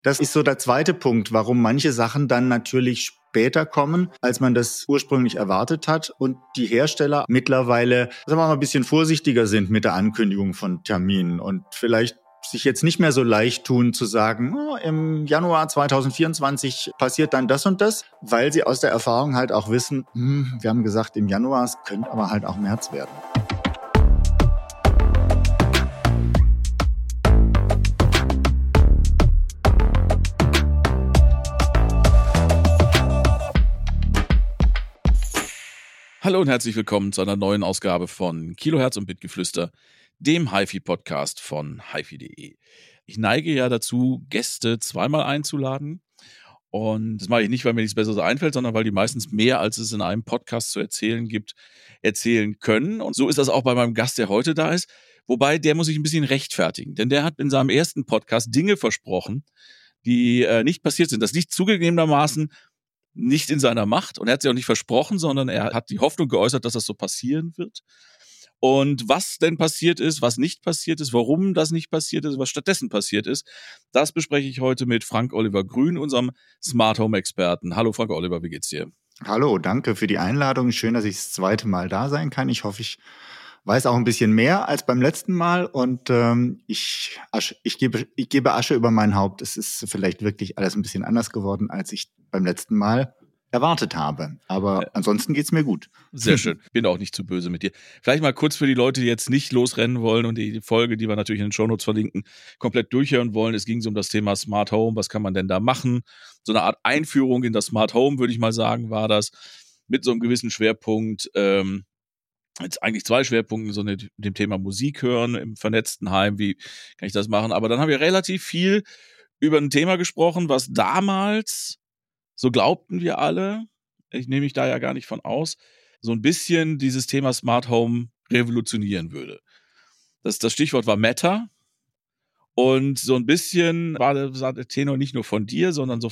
Das ist so der zweite Punkt, warum manche Sachen dann natürlich später kommen, als man das ursprünglich erwartet hat und die Hersteller mittlerweile, sagen wir mal, ein bisschen vorsichtiger sind mit der Ankündigung von Terminen und vielleicht sich jetzt nicht mehr so leicht tun zu sagen, oh, im Januar 2024 passiert dann das und das, weil sie aus der Erfahrung halt auch wissen, wir haben gesagt im Januar, es könnte aber halt auch März werden. Hallo und herzlich willkommen zu einer neuen Ausgabe von Kilohertz und Bitgeflüster, dem HiFi-Podcast von HiFi.de. Ich neige ja dazu, Gäste zweimal einzuladen. Und das mache ich nicht, weil mir nichts Besseres einfällt, sondern weil die meistens mehr, als es in einem Podcast zu erzählen gibt, erzählen können. Und so ist das auch bei meinem Gast, der heute da ist. Wobei, der muss sich ein bisschen rechtfertigen. Denn der hat in seinem ersten Podcast Dinge versprochen, die nicht passiert sind. Das liegt zugegebenermaßen nicht in seiner Macht und er hat sie auch nicht versprochen, sondern er hat die Hoffnung geäußert, dass das so passieren wird. Und was denn passiert ist, was nicht passiert ist, warum das nicht passiert ist, was stattdessen passiert ist, das bespreche ich heute mit Frank Oliver Grün, unserem Smart Home Experten. Hallo Frank Oliver, wie geht's dir? Hallo, danke für die Einladung. Schön, dass ich das zweite Mal da sein kann. Ich hoffe, ich weiß auch ein bisschen mehr als beim letzten Mal und ich gebe Asche über mein Haupt. Es ist vielleicht wirklich alles ein bisschen anders geworden, als ich beim letzten Mal erwartet habe. Aber ansonsten geht's mir gut. Sehr schön. Bin auch nicht zu böse mit dir. Vielleicht mal kurz für die Leute, die jetzt nicht losrennen wollen und die Folge, die wir natürlich in den Shownotes verlinken, komplett durchhören wollen. Es ging so um das Thema Smart Home. Was kann man denn da machen? So eine Art Einführung in das Smart Home, würde ich mal sagen, war das. Mit so einem gewissen Schwerpunkt, jetzt eigentlich zwei Schwerpunkte, so mit dem Thema Musik hören im vernetzten Heim, wie kann ich das machen? Aber dann haben wir relativ viel über ein Thema gesprochen, was damals, so glaubten wir alle, ich nehme mich da ja gar nicht von aus, so ein bisschen dieses Thema Smart Home revolutionieren würde. Das Stichwort war Meta und so ein bisschen war der Tenor nicht nur von dir, sondern so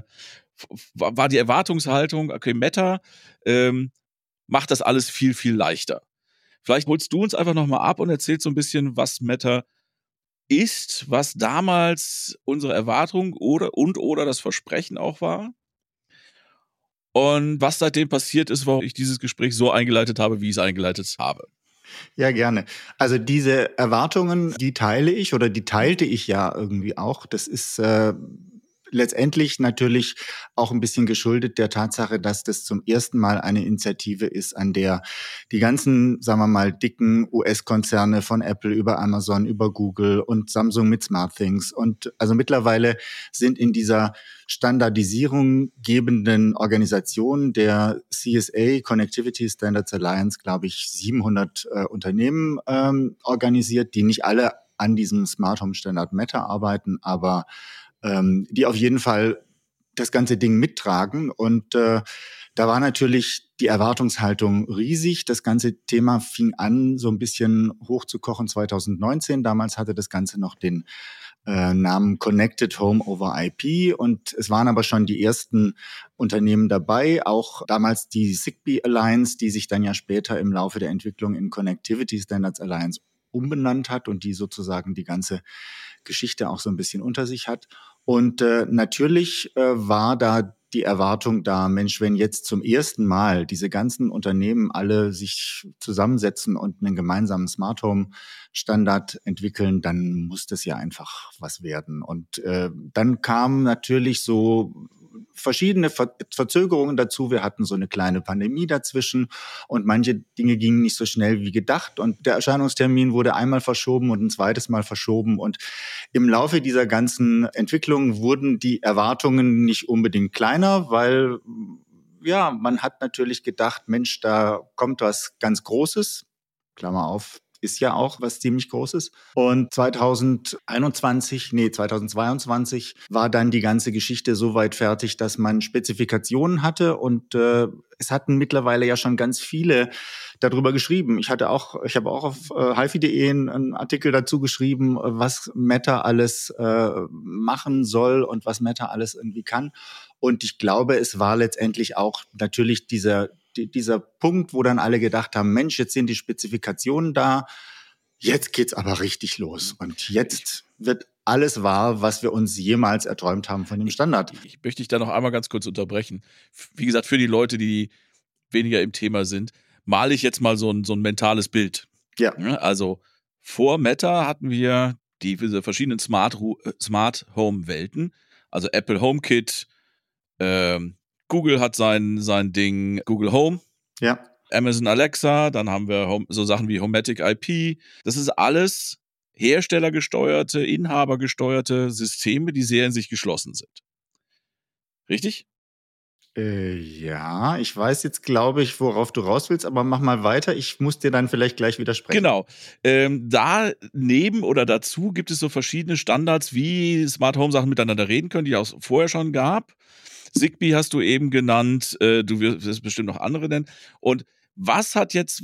war die Erwartungshaltung, okay, Meta macht das alles viel, viel leichter. Vielleicht holst du uns einfach nochmal ab und erzählst so ein bisschen, was Meta ist, was damals unsere Erwartung oder das Versprechen auch war und was seitdem passiert ist, warum ich dieses Gespräch so eingeleitet habe, wie ich es eingeleitet habe. Ja, gerne. Also diese Erwartungen, die teile ich oder die teilte ich ja irgendwie auch. Das ist letztendlich natürlich auch ein bisschen geschuldet der Tatsache, dass das zum ersten Mal eine Initiative ist, an der die ganzen, sagen wir mal, dicken US-Konzerne von Apple über Amazon, über Google und Samsung mit SmartThings und also mittlerweile sind in dieser Standardisierung gebenden Organisation der CSA, Connectivity Standards Alliance, glaube ich, 700 Unternehmen organisiert, die nicht alle an diesem Smart Home Standard Meta arbeiten, aber die auf jeden Fall das ganze Ding mittragen. Und da war natürlich die Erwartungshaltung riesig. Das ganze Thema fing an, so ein bisschen hochzukochen 2019. Damals hatte das Ganze noch den Namen Connected Home over IP. Und es waren aber schon die ersten Unternehmen dabei, auch damals die Zigbee Alliance, die sich dann ja später im Laufe der Entwicklung in Connectivity Standards Alliance umbenannt hat und die sozusagen die ganze Geschichte auch so ein bisschen unter sich hat. Und natürlich war da die Erwartung da, Mensch, wenn jetzt zum ersten Mal diese ganzen Unternehmen alle sich zusammensetzen und einen gemeinsamen Smart Home Standard entwickeln, dann muss das ja einfach was werden. Und dann kamen natürlich so verschiedene Verzögerungen dazu. Wir hatten so eine kleine Pandemie dazwischen und manche Dinge gingen nicht so schnell wie gedacht und der Erscheinungstermin wurde einmal verschoben und ein zweites Mal verschoben und im Laufe dieser ganzen Entwicklung wurden die Erwartungen nicht unbedingt kleiner, weil ja, man hat natürlich gedacht, Mensch, da kommt was ganz Großes, Klammer auf, ist ja auch was ziemlich Großes. Und 2022 war dann die ganze Geschichte so weit fertig, dass man Spezifikationen hatte und es hatten mittlerweile ja schon ganz viele darüber geschrieben. Ich habe auch auf HiFi.de einen Artikel dazu geschrieben, was Meta alles machen soll und was Meta alles irgendwie kann. Und ich glaube, es war letztendlich auch natürlich dieser Punkt, wo dann alle gedacht haben, Mensch, jetzt sind die Spezifikationen da, jetzt geht's aber richtig los. Und jetzt wird alles war, was wir uns jemals erträumt haben von dem Standard. Ich möchte dich da noch einmal ganz kurz unterbrechen. Wie gesagt, für die Leute, die weniger im Thema sind, male ich jetzt mal so ein mentales Bild. Ja. Also vor Meta hatten wir diese verschiedenen Smart Home Welten, also Apple HomeKit, Google hat sein Ding, Google Home. Ja. Amazon Alexa, dann haben wir so Sachen wie Homematic IP. Das ist alles herstellergesteuerte, inhabergesteuerte Systeme, die sehr in sich geschlossen sind. Richtig? Ja, ich weiß jetzt, glaube ich, worauf du raus willst, aber mach mal weiter. Ich muss dir dann vielleicht gleich widersprechen. Genau. Daneben oder dazu gibt es so verschiedene Standards, wie Smart Home Sachen miteinander reden können, die es auch vorher schon gab. Zigbee hast du eben genannt, du wirst bestimmt noch andere nennen. Und was war jetzt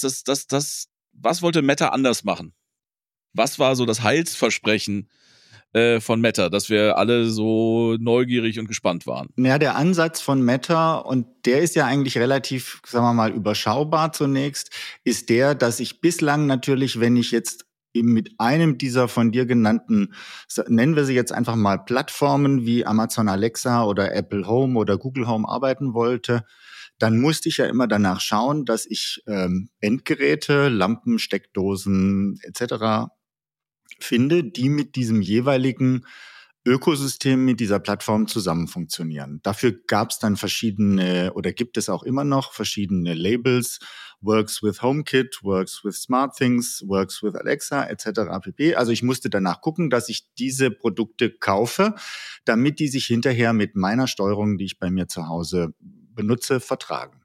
was wollte Meta anders machen? Was war so das Heilsversprechen von Meta, dass wir alle so neugierig und gespannt waren? Ja, der Ansatz von Meta, und der ist ja eigentlich relativ, sagen wir mal, überschaubar zunächst, ist der, dass ich bislang natürlich, wenn ich jetzt eben mit einem dieser von dir genannten, nennen wir sie jetzt einfach mal Plattformen wie Amazon Alexa oder Apple Home oder Google Home arbeiten wollte, dann musste ich ja immer danach schauen, dass ich Endgeräte, Lampen, Steckdosen etc. finde, die mit diesem jeweiligen Ökosystem, mit dieser Plattform zusammen funktionieren. Dafür gab es dann verschiedene oder gibt es auch immer noch verschiedene Labels. Works with HomeKit, works with SmartThings, works with Alexa etc. pp. Also ich musste danach gucken, dass ich diese Produkte kaufe, damit die sich hinterher mit meiner Steuerung, die ich bei mir zu Hause benutze, vertragen.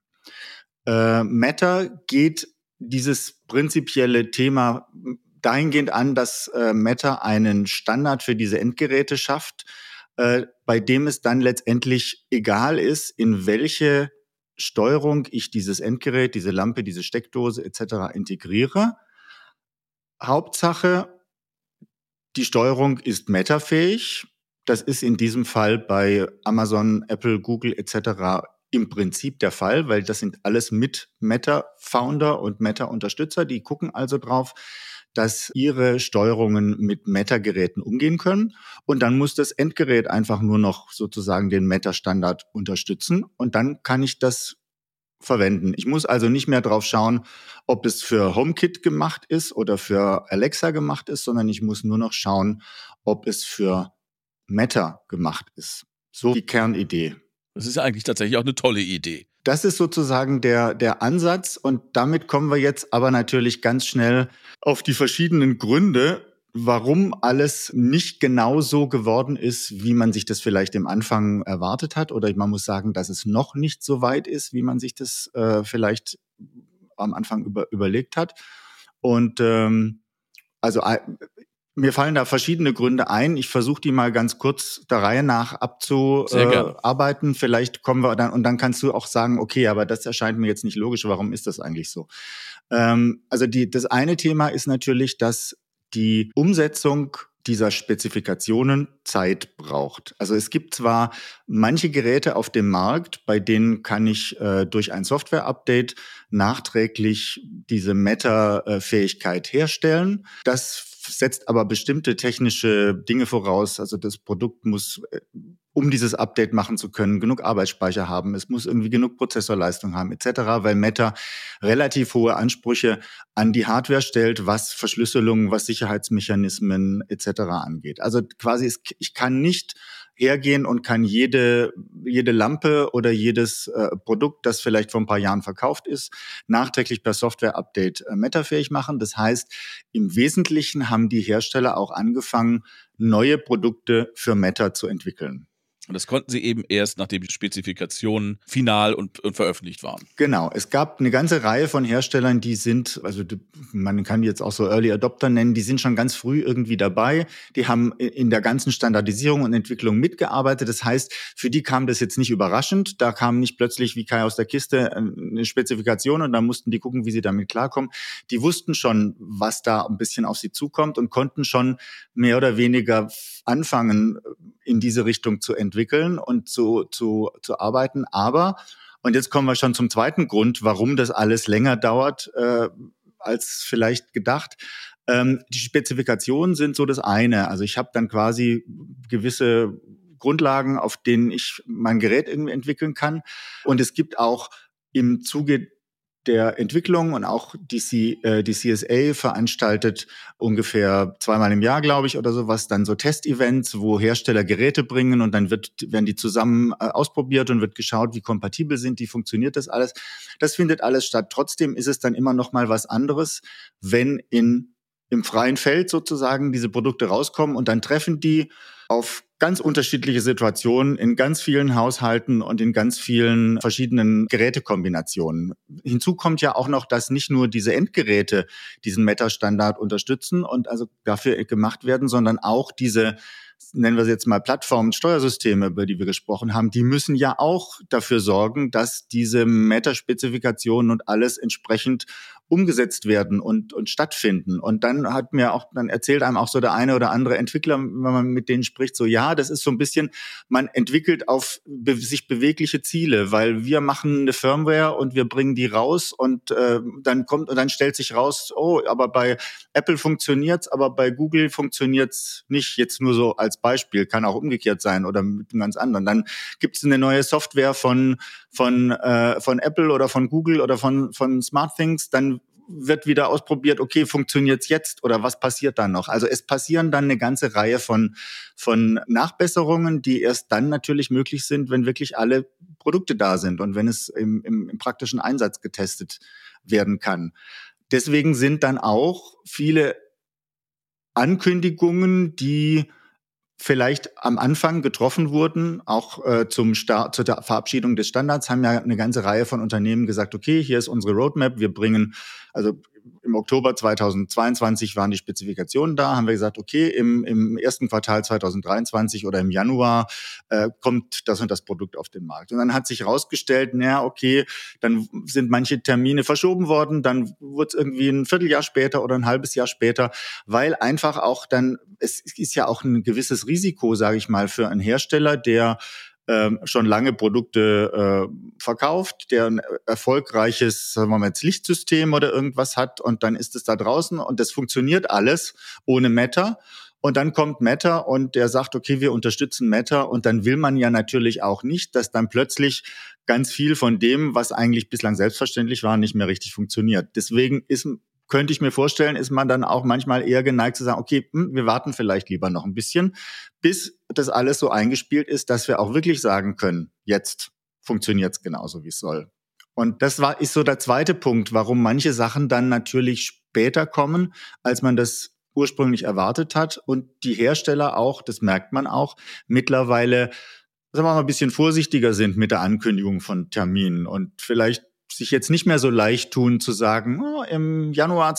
Meta geht dieses prinzipielle Thema dahingehend an, dass Meta einen Standard für diese Endgeräte schafft, bei dem es dann letztendlich egal ist, in welche Steuerung ich dieses Endgerät, diese Lampe, diese Steckdose etc. integriere. Hauptsache, die Steuerung ist Meta-fähig. Das ist in diesem Fall bei Amazon, Apple, Google etc. im Prinzip der Fall, weil das sind alles mit Meta-Founder und Meta-Unterstützer. Die gucken also drauf, dass ihre Steuerungen mit Meta-Geräten umgehen können. Und dann muss das Endgerät einfach nur noch sozusagen den Meta-Standard unterstützen. Und dann kann ich das verwenden. Ich muss also nicht mehr drauf schauen, ob es für HomeKit gemacht ist oder für Alexa gemacht ist, sondern ich muss nur noch schauen, ob es für Meta gemacht ist. So die Kernidee. Das ist ja eigentlich tatsächlich auch eine tolle Idee. Das ist sozusagen der Ansatz, und damit kommen wir jetzt aber natürlich ganz schnell auf die verschiedenen Gründe, warum alles nicht genau so geworden ist, wie man sich das vielleicht im Anfang erwartet hat. Oder man muss sagen, dass es noch nicht so weit ist, wie man sich das vielleicht am Anfang überlegt hat. Und mir fallen da verschiedene Gründe ein. Ich versuche die mal ganz kurz der Reihe nach abzuarbeiten. Vielleicht kommen wir dann, und dann kannst du auch sagen, okay, aber das erscheint mir jetzt nicht logisch. Warum ist das eigentlich so? Also das eine Thema ist natürlich, dass die Umsetzung dieser Spezifikationen Zeit braucht. Also es gibt zwar manche Geräte auf dem Markt, bei denen kann ich durch ein Software-Update nachträglich diese Meta-Fähigkeit herstellen. Das setzt aber bestimmte technische Dinge voraus. Also das Produkt muss, um dieses Update machen zu können, genug Arbeitsspeicher haben. Es muss irgendwie genug Prozessorleistung haben etc., weil Meta relativ hohe Ansprüche an die Hardware stellt, was Verschlüsselung, was Sicherheitsmechanismen etc. angeht. Also quasi, ich kann nicht hergehen und kann jede Lampe oder jedes Produkt, das vielleicht vor ein paar Jahren verkauft ist, nachträglich per Software-Update Meta-fähig machen. Das heißt, im Wesentlichen haben die Hersteller auch angefangen, neue Produkte für Meta zu entwickeln. Und das konnten sie eben erst, nachdem die Spezifikationen final und veröffentlicht waren. Genau. Es gab eine ganze Reihe von Herstellern, die sind, also man kann die jetzt auch so Early Adopter nennen, die sind schon ganz früh irgendwie dabei. Die haben in der ganzen Standardisierung und Entwicklung mitgearbeitet. Das heißt, für die kam das jetzt nicht überraschend. Da kam nicht plötzlich wie Kai aus der Kiste eine Spezifikation und dann mussten die gucken, wie sie damit klarkommen. Die wussten schon, was da ein bisschen auf sie zukommt und konnten schon mehr oder weniger anfangen, in diese Richtung zu entwickeln und zu arbeiten. Aber, und jetzt kommen wir schon zum zweiten Grund, warum das alles länger dauert als vielleicht gedacht. Die Spezifikationen sind so das eine. Also ich habe dann quasi gewisse Grundlagen, auf denen ich mein Gerät irgendwie entwickeln kann. Und es gibt auch im Zuge der Entwicklung und auch die CSA veranstaltet ungefähr 2-mal im Jahr, glaube ich, oder sowas, dann so Testevents, wo Hersteller Geräte bringen und dann werden die zusammen ausprobiert und wird geschaut, wie kompatibel sind die, funktioniert das alles. Das findet alles statt. Trotzdem ist es dann immer noch mal was anderes, wenn im freien Feld sozusagen diese Produkte rauskommen und dann treffen die auf ganz unterschiedliche Situationen in ganz vielen Haushalten und in ganz vielen verschiedenen Gerätekombinationen. Hinzu kommt ja auch noch, dass nicht nur diese Endgeräte diesen Meta-Standard unterstützen und also dafür gemacht werden, sondern auch diese, nennen wir sie jetzt mal Plattformen, Steuersysteme, über die wir gesprochen haben, die müssen ja auch dafür sorgen, dass diese Meta-Spezifikationen und alles entsprechend umgesetzt werden und stattfinden. Und dann erzählt einem auch so der eine oder andere Entwickler, wenn man mit denen spricht, so ja, das ist so ein bisschen, man entwickelt auf sich bewegliche Ziele, weil wir machen eine Firmware und wir bringen die raus und dann stellt sich raus, oh, aber bei Apple funktioniert's, aber bei Google funktioniert's nicht. Jetzt nur so als Beispiel, kann auch umgekehrt sein oder mit einem ganz anderen. Dann gibt's eine neue Software von Apple oder von Google oder von SmartThings, dann wird wieder ausprobiert, okay, funktioniert's jetzt oder was passiert dann noch? Also es passieren dann eine ganze Reihe von Nachbesserungen, die erst dann natürlich möglich sind, wenn wirklich alle Produkte da sind und wenn es im praktischen Einsatz getestet werden kann. Deswegen sind dann auch viele Ankündigungen, die vielleicht am Anfang getroffen wurden, auch zur Verabschiedung des Standards, haben ja eine ganze Reihe von Unternehmen gesagt, okay, hier ist unsere Roadmap, wir bringen, also im Oktober 2022 waren die Spezifikationen da, haben wir gesagt, okay, im ersten Quartal 2023 oder im Januar kommt das und das Produkt auf den Markt. Und dann hat sich herausgestellt, okay, dann sind manche Termine verschoben worden, dann wurde es irgendwie ein Vierteljahr später oder ein halbes Jahr später, weil einfach auch dann, es ist ja auch ein gewisses Risiko, sage ich mal, für einen Hersteller, der schon lange Produkte verkauft, der ein erfolgreiches, sagen wir mal jetzt Lichtsystem oder irgendwas hat und dann ist es da draußen und das funktioniert alles ohne Meta. Und dann kommt Meta und der sagt, okay, wir unterstützen Meta und dann will man ja natürlich auch nicht, dass dann plötzlich ganz viel von dem, was eigentlich bislang selbstverständlich war, nicht mehr richtig funktioniert. Deswegen könnte ich mir vorstellen, ist man dann auch manchmal eher geneigt zu sagen, okay, wir warten vielleicht lieber noch ein bisschen, bis das alles so eingespielt ist, dass wir auch wirklich sagen können, jetzt funktioniert es genauso, wie es soll. Und das ist so der zweite Punkt, warum manche Sachen dann natürlich später kommen, als man das ursprünglich erwartet hat. Und die Hersteller auch, das merkt man auch, mittlerweile, sagen wir mal, ein bisschen vorsichtiger sind mit der Ankündigung von Terminen und vielleicht sich jetzt nicht mehr so leicht tun zu sagen, im Januar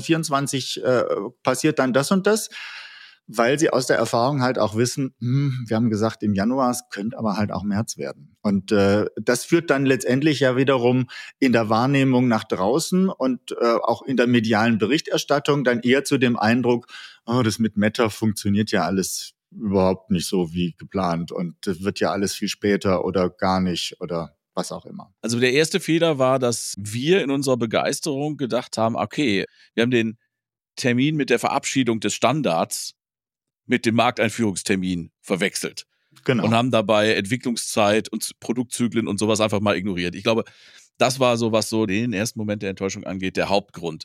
2024 passiert dann das und das, weil sie aus der Erfahrung halt auch wissen, wir haben gesagt im Januar, es könnte aber halt auch März werden. Und das führt dann letztendlich ja wiederum in der Wahrnehmung nach draußen und auch in der medialen Berichterstattung dann eher zu dem Eindruck, das mit Meta funktioniert ja alles überhaupt nicht so wie geplant und das wird ja alles viel später oder gar nicht oder was auch immer. Also der erste Fehler war, dass wir in unserer Begeisterung gedacht haben, okay, wir haben den Termin mit der Verabschiedung des Standards mit dem Markteinführungstermin verwechselt. Genau. Und haben dabei Entwicklungszeit und Produktzyklen und sowas einfach mal ignoriert. Ich glaube, das war so, was so den ersten Moment der Enttäuschung angeht, der Hauptgrund.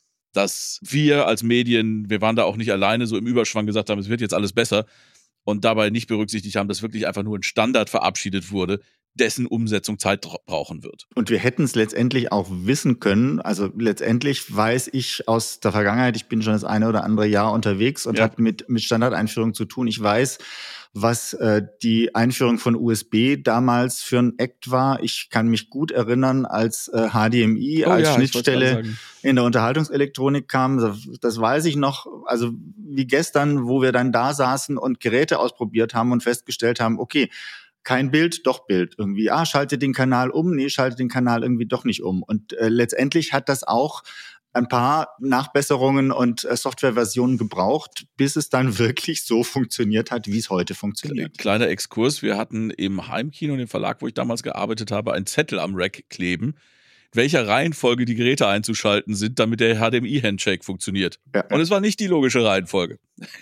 Dass wir als Medien, wir waren da auch nicht alleine, so im Überschwang gesagt haben, es wird jetzt alles besser und dabei nicht berücksichtigt haben, dass wirklich einfach nur ein Standard verabschiedet wurde, dessen Umsetzung Zeit brauchen wird. Und wir hätten es letztendlich auch wissen können. Also letztendlich weiß ich aus der Vergangenheit, ich bin schon das eine oder andere Jahr unterwegs und habe mit Standardeinführung zu tun. Ich weiß, was die Einführung von USB damals für ein Act war. Ich kann mich gut erinnern, als HDMI als Schnittstelle in der Unterhaltungselektronik kam. Das weiß ich noch, also wie gestern, wo wir dann da saßen und Geräte ausprobiert haben und festgestellt haben, okay, kein Bild, doch Bild irgendwie. Schalte den Kanal um, schalte den Kanal irgendwie doch nicht um. Und letztendlich hat das auch ein paar Nachbesserungen und Softwareversionen gebraucht, bis es dann wirklich so funktioniert hat, wie es heute funktioniert. Kleiner Exkurs, wir hatten im Heimkino, in dem Verlag, wo ich damals gearbeitet habe, einen Zettel am Rack kleben welcher Reihenfolge die Geräte einzuschalten sind, damit der HDMI-Handshake funktioniert. Ja. Und es war nicht die logische Reihenfolge.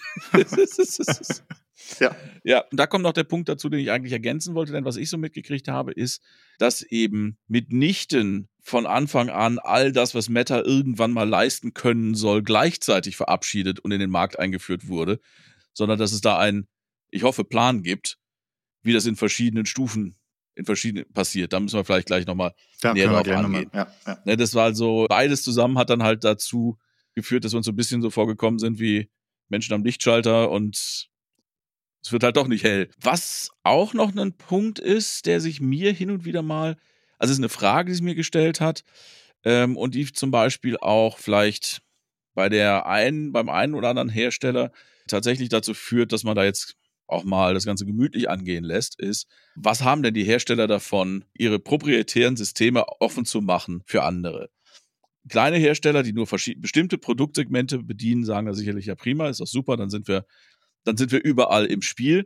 Ja. Ja, und da kommt noch der Punkt dazu, den ich eigentlich ergänzen wollte, denn was ich so mitgekriegt habe, ist, dass eben mitnichten von Anfang an all das, was Meta irgendwann mal leisten können soll, gleichzeitig verabschiedet und in den Markt eingeführt wurde, sondern dass es da einen, ich hoffe, Plan gibt, wie das in verschiedenen Stufen passiert. Da müssen wir vielleicht gleich nochmal näher drauf angehen. Ja. Ne, das war also, beides zusammen hat dann halt dazu geführt, dass wir uns so ein bisschen so vorgekommen sind wie Menschen am Lichtschalter und es wird halt doch nicht hell. Was auch noch ein Punkt ist, der sich mir hin und wieder mal, also es ist eine Frage, die sich mir gestellt hat, und die zum Beispiel auch vielleicht beim einen oder anderen Hersteller tatsächlich dazu führt, dass man da jetzt auch mal das Ganze gemütlich angehen lässt, ist, was haben denn die Hersteller davon, ihre proprietären Systeme offen zu machen für andere? Kleine Hersteller, die nur bestimmte Produktsegmente bedienen, sagen da sicherlich, ja prima, ist doch super, dann sind wir überall im Spiel.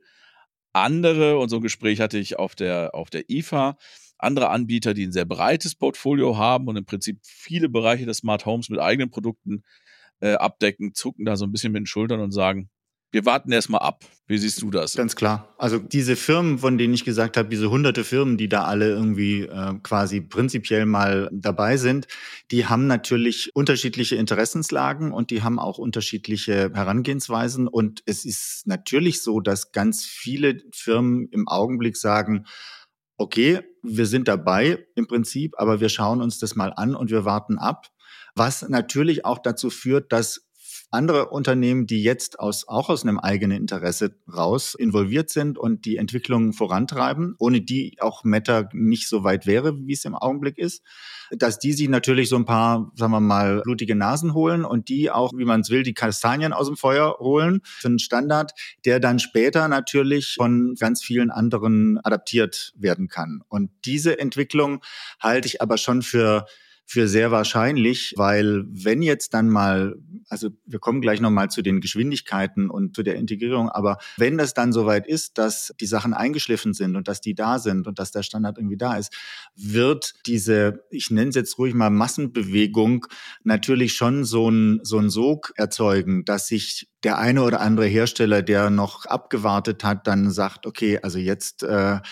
Andere, und so ein Gespräch hatte ich auf der IFA, andere Anbieter, die ein sehr breites Portfolio haben und im Prinzip viele Bereiche des Smart Homes mit eigenen Produkten abdecken, zucken da so ein bisschen mit den Schultern und sagen, wir warten erst mal ab. Wie siehst du das? Ganz klar. Also diese Firmen, von denen ich gesagt habe, diese hunderte Firmen, die da alle irgendwie quasi prinzipiell mal dabei sind, die haben natürlich unterschiedliche Interessenslagen und die haben auch unterschiedliche Herangehensweisen. Und es ist natürlich so, dass ganz viele Firmen im Augenblick sagen, okay, wir sind dabei im Prinzip, aber wir schauen uns das mal an und wir warten ab. Was natürlich auch dazu führt, dass andere Unternehmen, die jetzt auch aus einem eigenen Interesse raus involviert sind und die Entwicklung vorantreiben, ohne die auch Meta nicht so weit wäre, wie es im Augenblick ist, dass die sich natürlich so ein paar, sagen wir mal, blutige Nasen holen und die auch, wie man es will, die Kastanien aus dem Feuer holen für einen Standard, der dann später natürlich von ganz vielen anderen adaptiert werden kann. Und diese Entwicklung halte ich aber schon für sehr wahrscheinlich, weil wenn jetzt dann mal, also wir kommen gleich nochmal zu den Geschwindigkeiten und zu der Integrierung, aber wenn das dann soweit ist, dass die Sachen eingeschliffen sind und dass die da sind und dass der Standard irgendwie da ist, wird diese, ich nenne es jetzt ruhig mal Massenbewegung, natürlich schon so ein Sog erzeugen, dass sich der eine oder andere Hersteller, der noch abgewartet hat, dann sagt, okay, also jetzt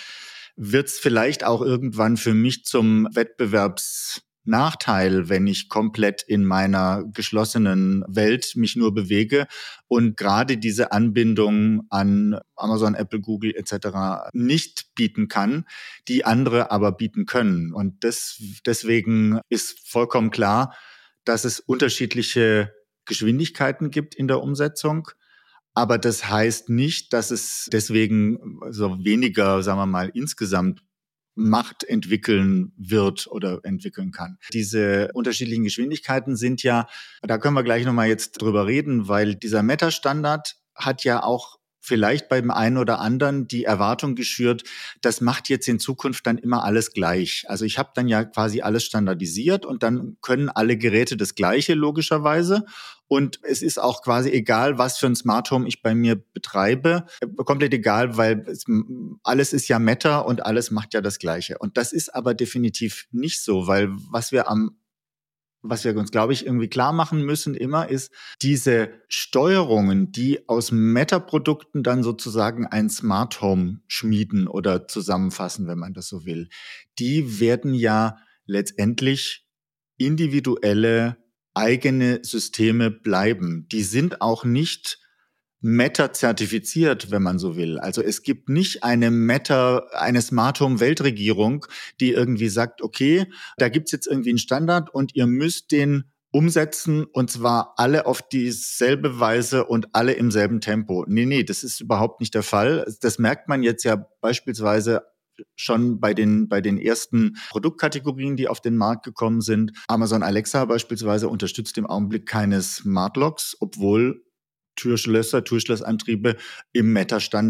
wird's vielleicht auch irgendwann für mich zum Wettbewerbsnachteil, wenn ich komplett in meiner geschlossenen Welt mich nur bewege und gerade diese Anbindung an Amazon, Apple, Google etc. nicht bieten kann, die andere aber bieten können. Und deswegen ist vollkommen klar, dass es unterschiedliche Geschwindigkeiten gibt in der Umsetzung. Aber das heißt nicht, dass es deswegen so weniger, sagen wir mal, insgesamt Macht entwickeln wird oder entwickeln kann. Diese unterschiedlichen Geschwindigkeiten sind ja, da können wir gleich nochmal jetzt drüber reden, weil dieser Meta-Standard hat ja auch vielleicht beim einen oder anderen die Erwartung geschürt, das macht jetzt in Zukunft dann immer alles gleich. Also ich habe dann ja quasi alles standardisiert und dann können alle Geräte das Gleiche logischerweise. Und es ist auch quasi egal, was für ein Smart Home ich bei mir betreibe. Komplett egal, weil alles ist ja Meta und alles macht ja das Gleiche. Und das ist aber definitiv nicht so, weil was wir uns, glaube ich, irgendwie klar machen müssen immer ist, diese Steuerungen, die aus Meta-Produkten dann sozusagen ein Smart Home schmieden oder zusammenfassen, wenn man das so will, die werden ja letztendlich individuelle eigene Systeme bleiben. Die sind auch nicht Meta-zertifiziert, wenn man so will. Also es gibt nicht eine Smart Home Weltregierung, die irgendwie sagt, okay, da gibt's jetzt irgendwie einen Standard und ihr müsst den umsetzen und zwar alle auf dieselbe Weise und alle im selben Tempo. Nee, das ist überhaupt nicht der Fall. Das merkt man jetzt ja beispielsweise schon bei den ersten Produktkategorien, die auf den Markt gekommen sind. Amazon Alexa beispielsweise unterstützt im Augenblick keine Smart Locks, obwohl Türschlossantriebe im Meta-Standard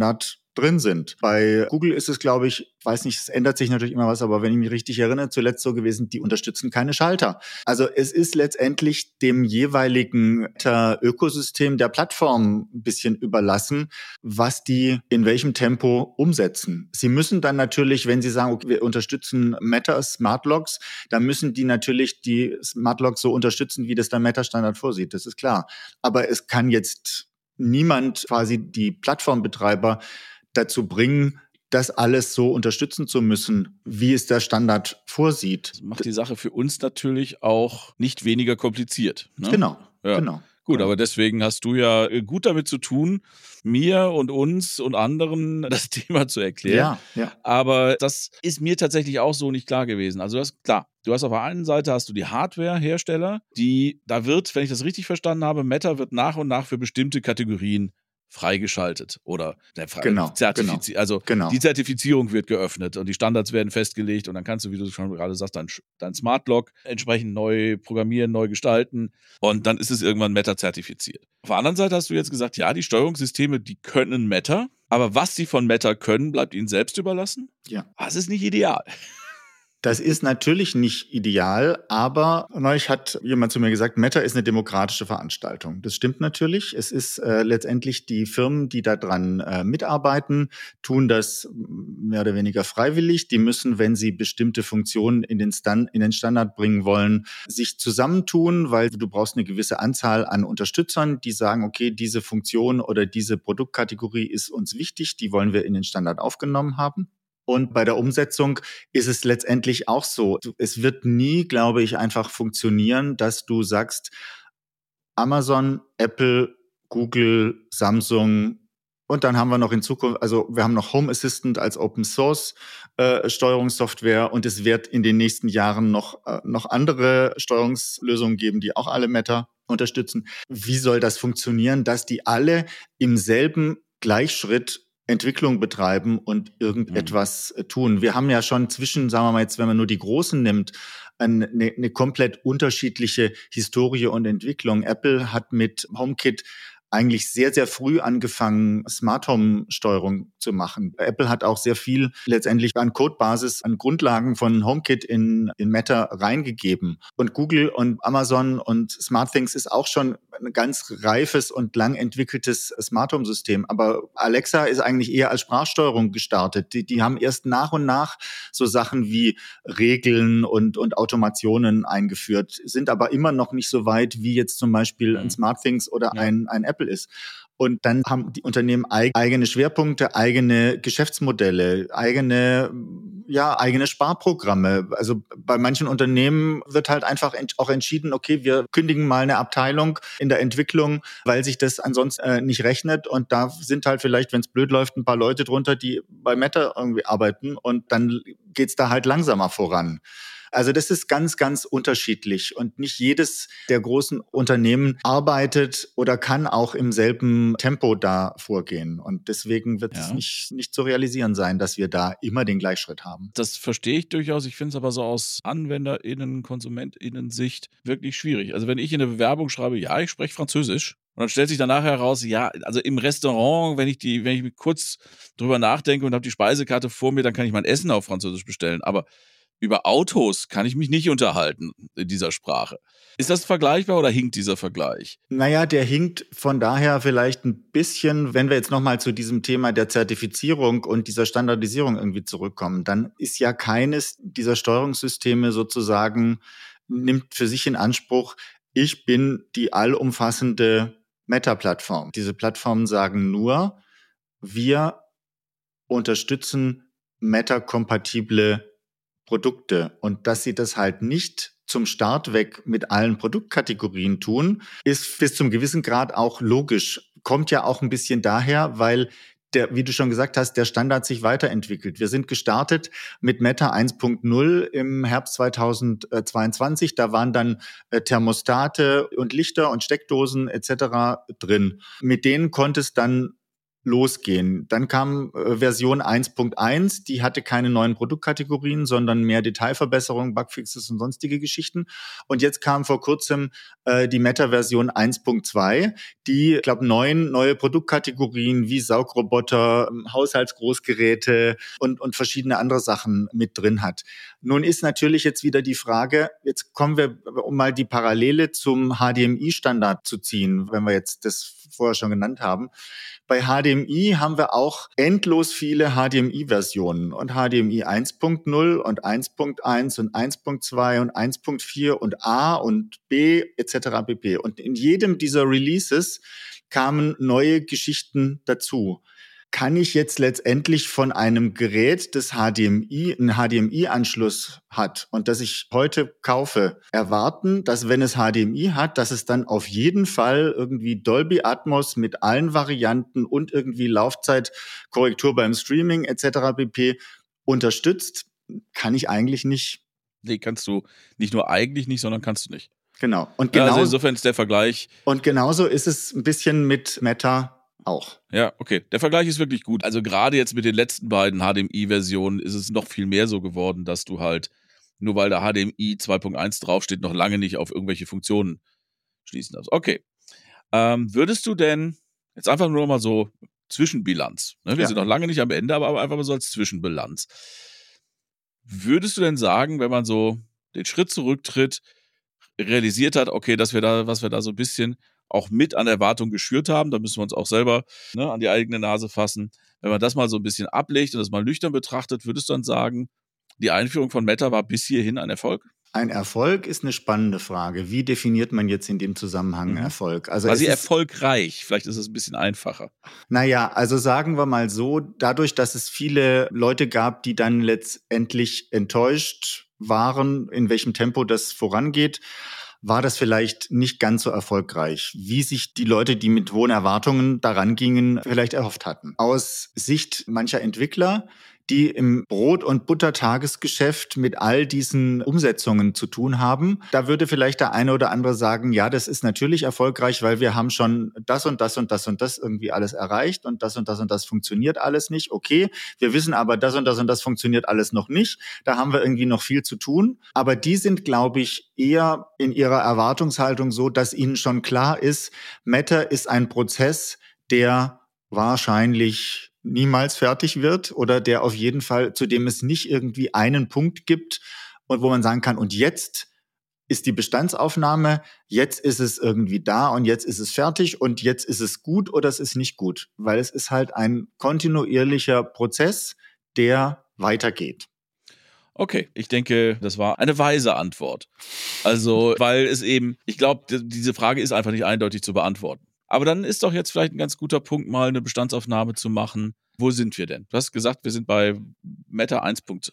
drin sind. Bei Google ist es, glaube ich, weiß nicht, es ändert sich natürlich immer was, aber wenn ich mich richtig erinnere, zuletzt so gewesen, die unterstützen keine Schalter. Also es ist letztendlich dem jeweiligen Ökosystem der Plattform ein bisschen überlassen, was die in welchem Tempo umsetzen. Sie müssen dann natürlich, wenn sie sagen, okay, wir unterstützen Meta Smart Locks, dann müssen die natürlich die Smart Locks so unterstützen, wie das der Meta-Standard vorsieht. Das ist klar. Aber es kann jetzt niemand quasi die Plattformbetreiber dazu bringen, das alles so unterstützen zu müssen, wie es der Standard vorsieht. Das macht die Sache für uns natürlich auch nicht weniger kompliziert. Ne? Genau, ja. genau. Gut, genau. aber deswegen hast du ja gut damit zu tun, mir und uns und anderen das Thema zu erklären. Ja. Aber das ist mir tatsächlich auch so nicht klar gewesen. Also du hast auf der einen Seite hast du die Hardware-Hersteller, da wird, wenn ich das richtig verstanden habe, Meta wird nach und nach für bestimmte Kategorien freigeschaltet oder zertifiziert. Also die Zertifizierung wird geöffnet und die Standards werden festgelegt und dann kannst du, wie du schon gerade sagst, dein Smart Lock entsprechend neu programmieren, neu gestalten und dann ist es irgendwann Meta zertifiziert. Auf der anderen Seite hast du jetzt gesagt, ja, die Steuerungssysteme, die können Meta, aber was sie von Meta können, bleibt ihnen selbst überlassen. Ja. Das ist nicht ideal. Das ist natürlich nicht ideal, aber neulich hat jemand zu mir gesagt, Meta ist eine demokratische Veranstaltung. Das stimmt natürlich. Es ist letztendlich die Firmen, die daran mitarbeiten, tun das mehr oder weniger freiwillig. Die müssen, wenn sie bestimmte Funktionen in den Standard bringen wollen, sich zusammentun, weil du brauchst eine gewisse Anzahl an Unterstützern, die sagen, okay, diese Funktion oder diese Produktkategorie ist uns wichtig, die wollen wir in den Standard aufgenommen haben. Und bei der Umsetzung ist es letztendlich auch so. Es wird nie, glaube ich, einfach funktionieren, dass du sagst, Amazon, Apple, Google, Samsung und dann haben wir noch in Zukunft, also wir haben noch Home Assistant als Open Source Steuerungssoftware und es wird in den nächsten Jahren noch andere Steuerungslösungen geben, die auch alle Meta unterstützen. Wie soll das funktionieren, dass die alle im selben Gleichschritt Entwicklung betreiben und irgendetwas tun? Wir haben ja schon zwischen, sagen wir mal jetzt, wenn man nur die Großen nimmt, eine komplett unterschiedliche Historie und Entwicklung. Apple hat mit HomeKit eigentlich sehr, sehr früh angefangen, Smart Home Steuerung zu machen. Apple hat auch sehr viel letztendlich an Codebasis, an Grundlagen von HomeKit in Meta reingegeben. Und Google und Amazon und SmartThings ist auch schon ein ganz reifes und lang entwickeltes Smart Home System. Aber Alexa ist eigentlich eher als Sprachsteuerung gestartet. Die haben erst nach und nach so Sachen wie Regeln und Automationen eingeführt, sind aber immer noch nicht so weit, wie jetzt zum Beispiel ein SmartThings oder ein Apple ist. Und dann haben die Unternehmen eigene Schwerpunkte, eigene Geschäftsmodelle, eigene Sparprogramme. Also bei manchen Unternehmen wird halt einfach auch entschieden, okay, wir kündigen mal eine Abteilung in der Entwicklung, weil sich das ansonsten nicht rechnet. Und da sind halt vielleicht, wenn es blöd läuft, ein paar Leute drunter, die bei Meta irgendwie arbeiten und dann geht's da halt langsamer voran. Also das ist ganz, ganz unterschiedlich und nicht jedes der großen Unternehmen arbeitet oder kann auch im selben Tempo da vorgehen. Und deswegen wird es nicht zu realisieren sein, dass wir da immer den Gleichschritt haben. Das verstehe ich durchaus. Ich finde es aber so aus AnwenderInnen, KonsumentInnen-Sicht wirklich schwierig. Also wenn ich in eine Bewerbung schreibe, ja, ich spreche Französisch, und dann stellt sich danach heraus, ja, also im Restaurant, wenn ich kurz drüber nachdenke und habe die Speisekarte vor mir, dann kann ich mein Essen auf Französisch bestellen. Aber über Autos kann ich mich nicht unterhalten in dieser Sprache. Ist das vergleichbar oder hinkt dieser Vergleich? Naja, der hinkt von daher vielleicht ein bisschen, wenn wir jetzt nochmal zu diesem Thema der Zertifizierung und dieser Standardisierung irgendwie zurückkommen, dann ist ja keines dieser Steuerungssysteme sozusagen, nimmt für sich in Anspruch, ich bin die allumfassende Meta-Plattform. Diese Plattformen sagen nur, wir unterstützen Meta-kompatible Produkte. Und dass sie das halt nicht zum Start weg mit allen Produktkategorien tun, ist bis zum gewissen Grad auch logisch. Kommt ja auch ein bisschen daher, weil wie du schon gesagt hast, der Standard sich weiterentwickelt. Wir sind gestartet mit Meta 1.0 im Herbst 2022. Da waren dann Thermostate und Lichter und Steckdosen etc. drin. Mit denen konnte es dann losgehen. Dann kam Version 1.1, die hatte keine neuen Produktkategorien, sondern mehr Detailverbesserungen, Bugfixes und sonstige Geschichten. Und jetzt kam vor kurzem die Meta-Version 1.2, die, ich glaube, 9 neue Produktkategorien wie Saugroboter, Haushaltsgroßgeräte und verschiedene andere Sachen mit drin hat. Nun ist natürlich jetzt wieder die Frage, jetzt kommen wir, um mal die Parallele zum HDMI-Standard zu ziehen, wenn wir jetzt das vorher schon genannt haben. Bei HDMI haben wir auch endlos viele HDMI-Versionen und HDMI 1.0 und 1.1 und 1.2 und 1.4 und A und B etc. pp. Und in jedem dieser Releases kamen neue Geschichten dazu. Kann ich jetzt letztendlich von einem Gerät, das einen HDMI-Anschluss hat und das ich heute kaufe, erwarten, dass wenn es HDMI hat, dass es dann auf jeden Fall irgendwie Dolby Atmos mit allen Varianten und irgendwie Laufzeitkorrektur beim Streaming etc. pp. Unterstützt? Kann ich eigentlich nicht. Nee, kannst du nicht nur eigentlich nicht, sondern kannst du nicht. Genau. Und genau also insofern ist der Vergleich. Und genauso ist es ein bisschen mit Meta auch. Ja, okay. Der Vergleich ist wirklich gut. Also gerade jetzt mit den letzten beiden HDMI-Versionen ist es noch viel mehr so geworden, dass du halt, nur weil da HDMI 2.1 draufsteht, noch lange nicht auf irgendwelche Funktionen schließen darfst. Okay. Würdest du denn, jetzt einfach nur mal so Zwischenbilanz, ne? Wir sind noch lange nicht am Ende, aber einfach mal so als Zwischenbilanz. Würdest du denn sagen, wenn man so den Schritt zurücktritt, realisiert hat, okay, dass wir da, was wir da so ein bisschen auch mit an Erwartung geschürt haben, da müssen wir uns auch selber an die eigene Nase fassen. Wenn man das mal so ein bisschen ablegt und das mal nüchtern betrachtet, würdest du dann sagen, die Einführung von Meta war bis hierhin ein Erfolg? Ein Erfolg ist eine spannende Frage. Wie definiert man jetzt in dem Zusammenhang Erfolg? Also war sie erfolgreich? Vielleicht ist es ein bisschen einfacher. Naja, also sagen wir mal so, dadurch, dass es viele Leute gab, die dann letztendlich enttäuscht waren, in welchem Tempo das vorangeht, war das vielleicht nicht ganz so erfolgreich, wie sich die Leute, die mit hohen Erwartungen daran gingen, vielleicht erhofft hatten. Aus Sicht mancher Entwickler, die im Brot- und Butter-Tagesgeschäft mit all diesen Umsetzungen zu tun haben. Da würde vielleicht der eine oder andere sagen, ja, das ist natürlich erfolgreich, weil wir haben schon das und das und das und das irgendwie alles erreicht und das und das und das funktioniert alles nicht. Okay, wir wissen aber, das und das und das funktioniert alles noch nicht. Da haben wir irgendwie noch viel zu tun. Aber die sind, glaube ich, eher in ihrer Erwartungshaltung so, dass ihnen schon klar ist, Meta ist ein Prozess, der wahrscheinlich niemals fertig wird oder der auf jeden Fall, zu dem es nicht irgendwie einen Punkt gibt und wo man sagen kann, und jetzt ist die Bestandsaufnahme, jetzt ist es irgendwie da und jetzt ist es fertig und jetzt ist es gut oder es ist nicht gut, weil es ist halt ein kontinuierlicher Prozess, der weitergeht. Okay, ich denke, das war eine weise Antwort. Also, weil es eben, ich glaube, diese Frage ist einfach nicht eindeutig zu beantworten. Aber dann ist doch jetzt vielleicht ein ganz guter Punkt, mal eine Bestandsaufnahme zu machen. Wo sind wir denn? Du hast gesagt, wir sind bei Meta 1.2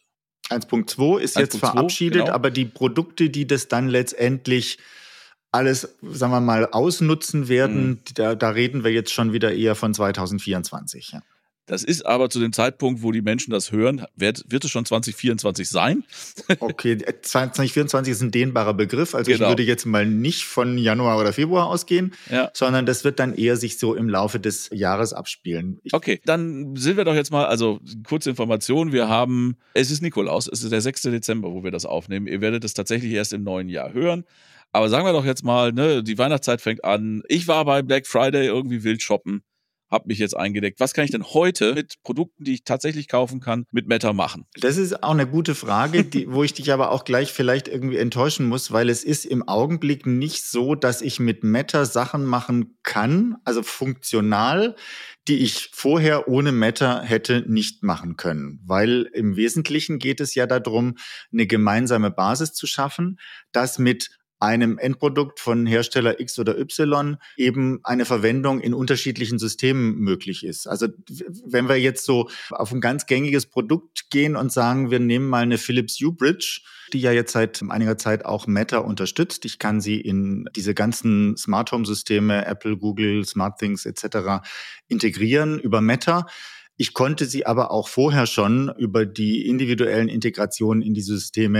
ist jetzt verabschiedet, genau. Aber die Produkte, die das dann letztendlich alles, sagen wir mal, ausnutzen werden, da reden wir jetzt schon wieder eher von 2024, ja. Das ist aber zu dem Zeitpunkt, wo die Menschen das hören, wird es schon 2024 sein. Okay, 2024 ist ein dehnbarer Begriff. Also genau. Ich würde jetzt mal nicht von Januar oder Februar ausgehen, sondern das wird dann eher sich so im Laufe des Jahres abspielen. Okay, dann sind wir doch jetzt mal, also kurze Information, es ist Nikolaus, es ist der 6. Dezember, wo wir das aufnehmen. Ihr werdet es tatsächlich erst im neuen Jahr hören. Aber sagen wir doch jetzt mal, die Weihnachtszeit fängt an. Ich war bei Black Friday irgendwie wild shoppen. Hab mich jetzt eingedeckt. Was kann ich denn heute mit Produkten, die ich tatsächlich kaufen kann, mit Meta machen? Das ist auch eine gute Frage, wo ich dich aber auch gleich vielleicht irgendwie enttäuschen muss, weil es ist im Augenblick nicht so, dass ich mit Meta Sachen machen kann, also funktional, die ich vorher ohne Meta hätte nicht machen können. Weil im Wesentlichen geht es ja darum, eine gemeinsame Basis zu schaffen, das mit einem Endprodukt von Hersteller X oder Y eben eine Verwendung in unterschiedlichen Systemen möglich ist. Also wenn wir jetzt so auf ein ganz gängiges Produkt gehen und sagen, wir nehmen mal eine Philips Hue Bridge, die ja jetzt seit einiger Zeit auch Meta unterstützt. Ich kann sie in diese ganzen Smart Home Systeme, Apple, Google, SmartThings etc. integrieren über Meta. Ich konnte sie aber auch vorher schon über die individuellen Integrationen in die Systeme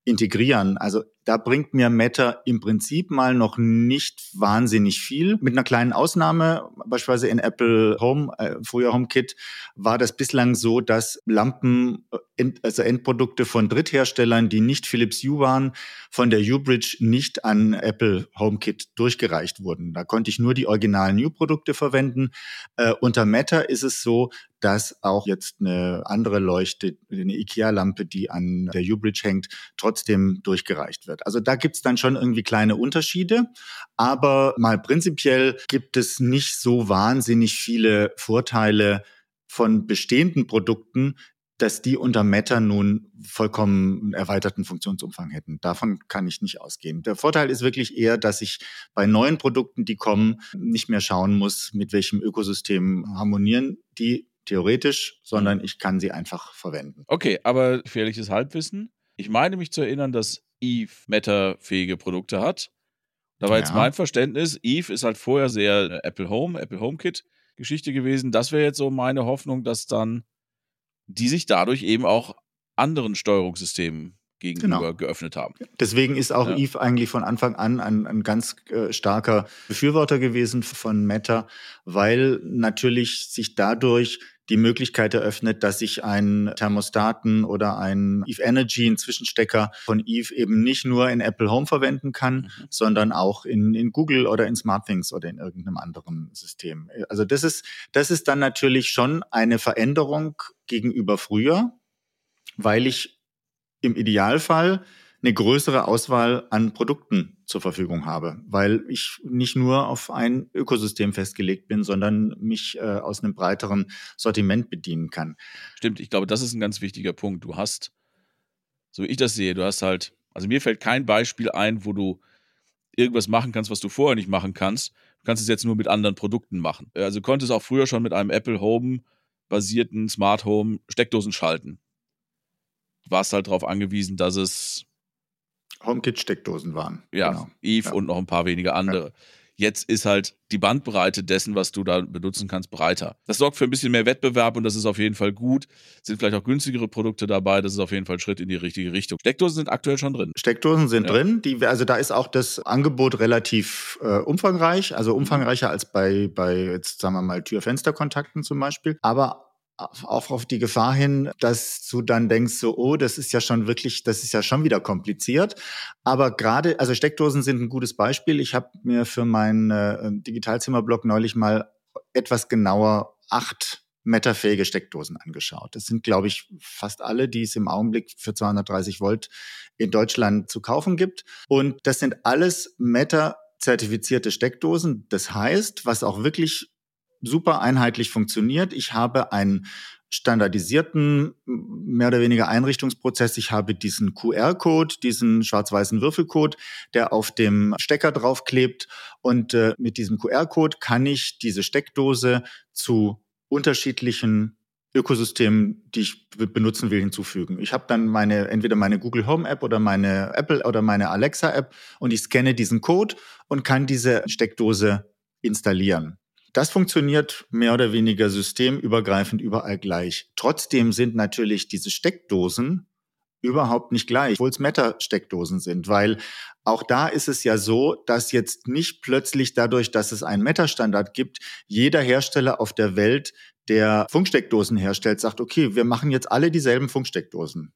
integrieren. Also da bringt mir Meta im Prinzip mal noch nicht wahnsinnig viel. Mit einer kleinen Ausnahme, beispielsweise in Apple Home, früher HomeKit, war das bislang so, dass Lampen, also Endprodukte von Drittherstellern, die nicht Philips Hue waren, von der Hue-Bridge nicht an Apple HomeKit durchgereicht wurden. Da konnte ich nur die originalen Hue-Produkte verwenden. Unter Meta ist es so, dass auch jetzt eine andere Leuchte, eine IKEA-Lampe, die an der Hue-Bridge hängt, trotzdem durchgereicht wird. Also da gibt's dann schon irgendwie kleine Unterschiede, aber mal prinzipiell gibt es nicht so wahnsinnig viele Vorteile von bestehenden Produkten, dass die unter Meta nun vollkommen erweiterten Funktionsumfang hätten. Davon kann ich nicht ausgehen. Der Vorteil ist wirklich eher, dass ich bei neuen Produkten, die kommen, nicht mehr schauen muss, mit welchem Ökosystem harmonieren die theoretisch, sondern ich kann sie einfach verwenden. Okay, aber gefährliches Halbwissen. Ich meine mich zu erinnern, dass Eve Meta-fähige Produkte hat. Da war jetzt mein Verständnis, Eve ist halt vorher sehr Apple HomeKit Geschichte gewesen. Das wäre jetzt so meine Hoffnung, dass dann die sich dadurch eben auch anderen Steuerungssystemen gegenüber geöffnet haben. Deswegen ist auch Eve eigentlich von Anfang an ein ganz starker Befürworter gewesen von Meta, weil natürlich sich dadurch die Möglichkeit eröffnet, dass ich einen Thermostaten oder einen Eve Energy, einen Zwischenstecker von Eve eben nicht nur in Apple Home verwenden kann, sondern auch in Google oder in SmartThings oder in irgendeinem anderen System. Also das ist dann natürlich schon eine Veränderung gegenüber früher, weil ich im Idealfall eine größere Auswahl an Produkten zur Verfügung habe, weil ich nicht nur auf ein Ökosystem festgelegt bin, sondern mich aus einem breiteren Sortiment bedienen kann. Stimmt, ich glaube, das ist ein ganz wichtiger Punkt. Du hast, so wie ich das sehe, du hast halt, also mir fällt kein Beispiel ein, wo du irgendwas machen kannst, was du vorher nicht machen kannst. Du kannst es jetzt nur mit anderen Produkten machen. Also du konntest auch früher schon mit einem Apple Home basierten Smart Home Steckdosen schalten. Du warst halt darauf angewiesen, dass es HomeKit-Steckdosen waren. Ja, genau. Eve und noch ein paar wenige andere. Ja. Jetzt ist halt die Bandbreite dessen, was du da benutzen kannst, breiter. Das sorgt für ein bisschen mehr Wettbewerb und das ist auf jeden Fall gut. Sind vielleicht auch günstigere Produkte dabei. Das ist auf jeden Fall ein Schritt in die richtige Richtung. Steckdosen sind aktuell schon drin. Steckdosen sind drin. Also da ist auch das Angebot relativ umfangreich. Also umfangreicher als bei jetzt sagen wir mal Tür-Fenster-Kontakten zum Beispiel. Aber auch auf die Gefahr hin, dass du dann denkst, so, oh, das ist ja schon wieder kompliziert. Aber gerade, also Steckdosen sind ein gutes Beispiel. Ich habe mir für meinen Digitalzimmerblog neulich mal etwas genauer 8 Meta-fähige Steckdosen angeschaut. Das sind, glaube ich, fast alle, die es im Augenblick für 230 Volt in Deutschland zu kaufen gibt. Und das sind alles Meta-zertifizierte Steckdosen. Das heißt, was auch wirklich super einheitlich funktioniert. Ich habe einen standardisierten, mehr oder weniger Einrichtungsprozess. Ich habe diesen QR-Code, diesen schwarz-weißen Würfelcode, der auf dem Stecker draufklebt. Und mit diesem QR-Code kann ich diese Steckdose zu unterschiedlichen Ökosystemen, die ich benutzen will, hinzufügen. Ich habe dann entweder meine Google Home App oder meine Apple oder meine Alexa App und ich scanne diesen Code und kann diese Steckdose installieren. Das funktioniert mehr oder weniger systemübergreifend überall gleich. Trotzdem sind natürlich diese Steckdosen überhaupt nicht gleich, obwohl es Meta-Steckdosen sind, weil auch da ist es ja so, dass jetzt nicht plötzlich dadurch, dass es einen Meta-Standard gibt, jeder Hersteller auf der Welt, der Funksteckdosen herstellt, sagt, okay, wir machen jetzt alle dieselben Funksteckdosen.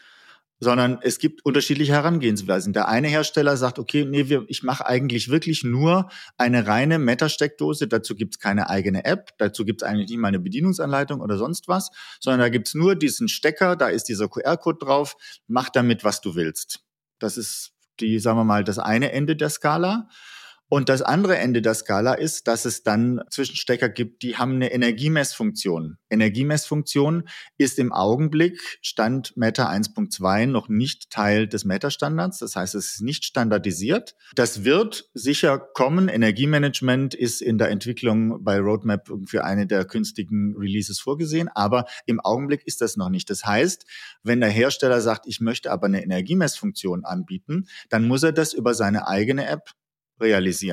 Sondern es gibt unterschiedliche Herangehensweisen. Der eine Hersteller sagt, okay, nee, ich mache eigentlich wirklich nur eine reine Meta-Steckdose. Dazu gibt's keine eigene App, dazu gibt's eigentlich nicht mal eine Bedienungsanleitung oder sonst was, sondern da gibt's nur diesen Stecker, da ist dieser QR-Code drauf, mach damit, was du willst. Das ist sagen wir mal, das eine Ende der Skala. Und das andere Ende der Skala ist, dass es dann Zwischenstecker gibt, die haben eine Energiemessfunktion. Energiemessfunktion ist im Augenblick, Stand Meta 1.2, noch nicht Teil des Meta-Standards. Das heißt, es ist nicht standardisiert. Das wird sicher kommen. Energiemanagement ist in der Entwicklung bei Roadmap für eine der künftigen Releases vorgesehen. Aber im Augenblick ist das noch nicht. Das heißt, wenn der Hersteller sagt, ich möchte aber eine Energiemessfunktion anbieten, dann muss er das über seine eigene App realisieren.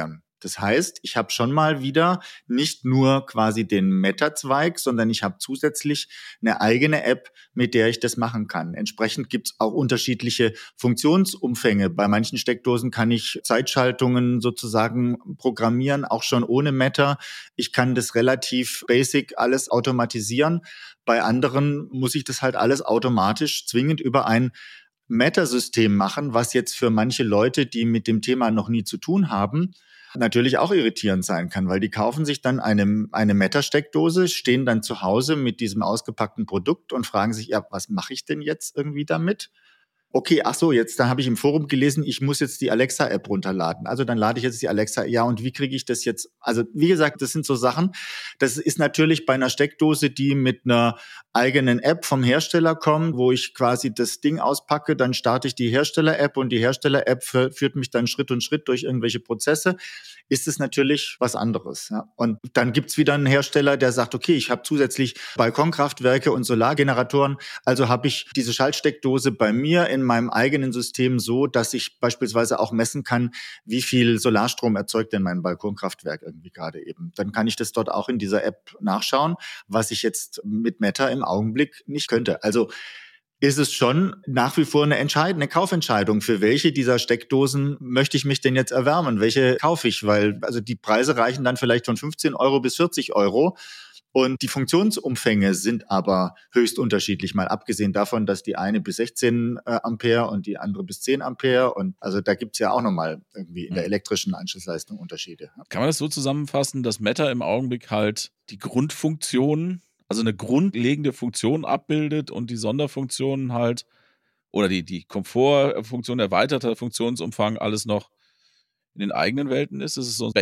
Das heißt, ich habe schon mal wieder nicht nur quasi den Meta-Zweig, sondern ich habe zusätzlich eine eigene App, mit der ich das machen kann. Entsprechend gibt es auch unterschiedliche Funktionsumfänge. Bei manchen Steckdosen kann ich Zeitschaltungen sozusagen programmieren, auch schon ohne Meta. Ich kann das relativ basic alles automatisieren. Bei anderen muss ich das halt alles automatisch zwingend über ein Meta-System machen, was jetzt für manche Leute, die mit dem Thema noch nie zu tun haben, natürlich auch irritierend sein kann, weil die kaufen sich dann eine Meta-Steckdose, stehen dann zu Hause mit diesem ausgepackten Produkt und fragen sich, ja, was mache ich denn jetzt irgendwie damit? Okay, ach so, jetzt, da habe ich im Forum gelesen, ich muss jetzt die Alexa-App runterladen. Also dann lade ich jetzt die Alexa, ja, und wie kriege ich das jetzt? Also wie gesagt, das sind so Sachen, das ist natürlich bei einer Steckdose, die mit einer eigenen App vom Hersteller kommt, wo ich quasi das Ding auspacke, dann starte ich die Hersteller-App und die Hersteller-App führt mich dann Schritt und Schritt durch irgendwelche Prozesse, ist es natürlich was anderes. Ja. Und dann gibt's wieder einen Hersteller, der sagt, okay, ich habe zusätzlich Balkonkraftwerke und Solargeneratoren, also habe ich diese Schaltsteckdose bei mir in meinem eigenen System so, dass ich beispielsweise auch messen kann, wie viel Solarstrom erzeugt denn mein Balkonkraftwerk irgendwie gerade eben. Dann kann ich das dort auch in dieser App nachschauen, was ich jetzt mit Meta im Augenblick nicht könnte. Also ist es schon nach wie vor eine Kaufentscheidung. Für welche dieser Steckdosen möchte ich mich denn jetzt erwärmen? Welche kaufe ich? Weil also die Preise reichen dann vielleicht von 15 Euro bis 40 Euro. Und die Funktionsumfänge sind aber höchst unterschiedlich, mal abgesehen davon, dass die eine bis 16 Ampere und die andere bis 10 Ampere. Und also da gibt's ja auch nochmal irgendwie in der elektrischen Anschlussleistung Unterschiede. Kann man das so zusammenfassen, dass Meta im Augenblick halt die Grundfunktion, also eine grundlegende Funktion abbildet und die Sonderfunktionen halt oder die Komfortfunktion, erweiterter Funktionsumfang alles noch in den eigenen Welten ist? Ist es so ein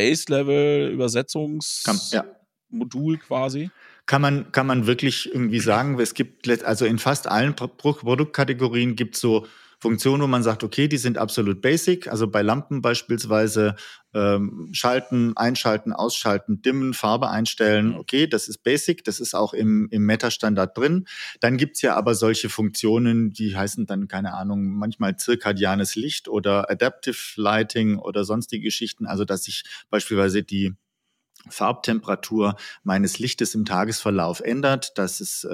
Ja. Base-Level-Übersetzungsmodul quasi? Kann man wirklich irgendwie sagen, es gibt, also in fast allen Produktkategorien gibt es so Funktionen, wo man sagt, okay, die sind absolut basic. Also bei Lampen beispielsweise schalten, einschalten, ausschalten, dimmen, Farbe einstellen. Okay, das ist basic, das ist auch im Meta-Standard drin. Dann gibt's ja aber solche Funktionen, die heißen dann, keine Ahnung, manchmal zirkadianes Licht oder Adaptive Lighting oder sonstige Geschichten. Also dass ich beispielsweise die Farbtemperatur meines Lichtes im Tagesverlauf ändert, dass es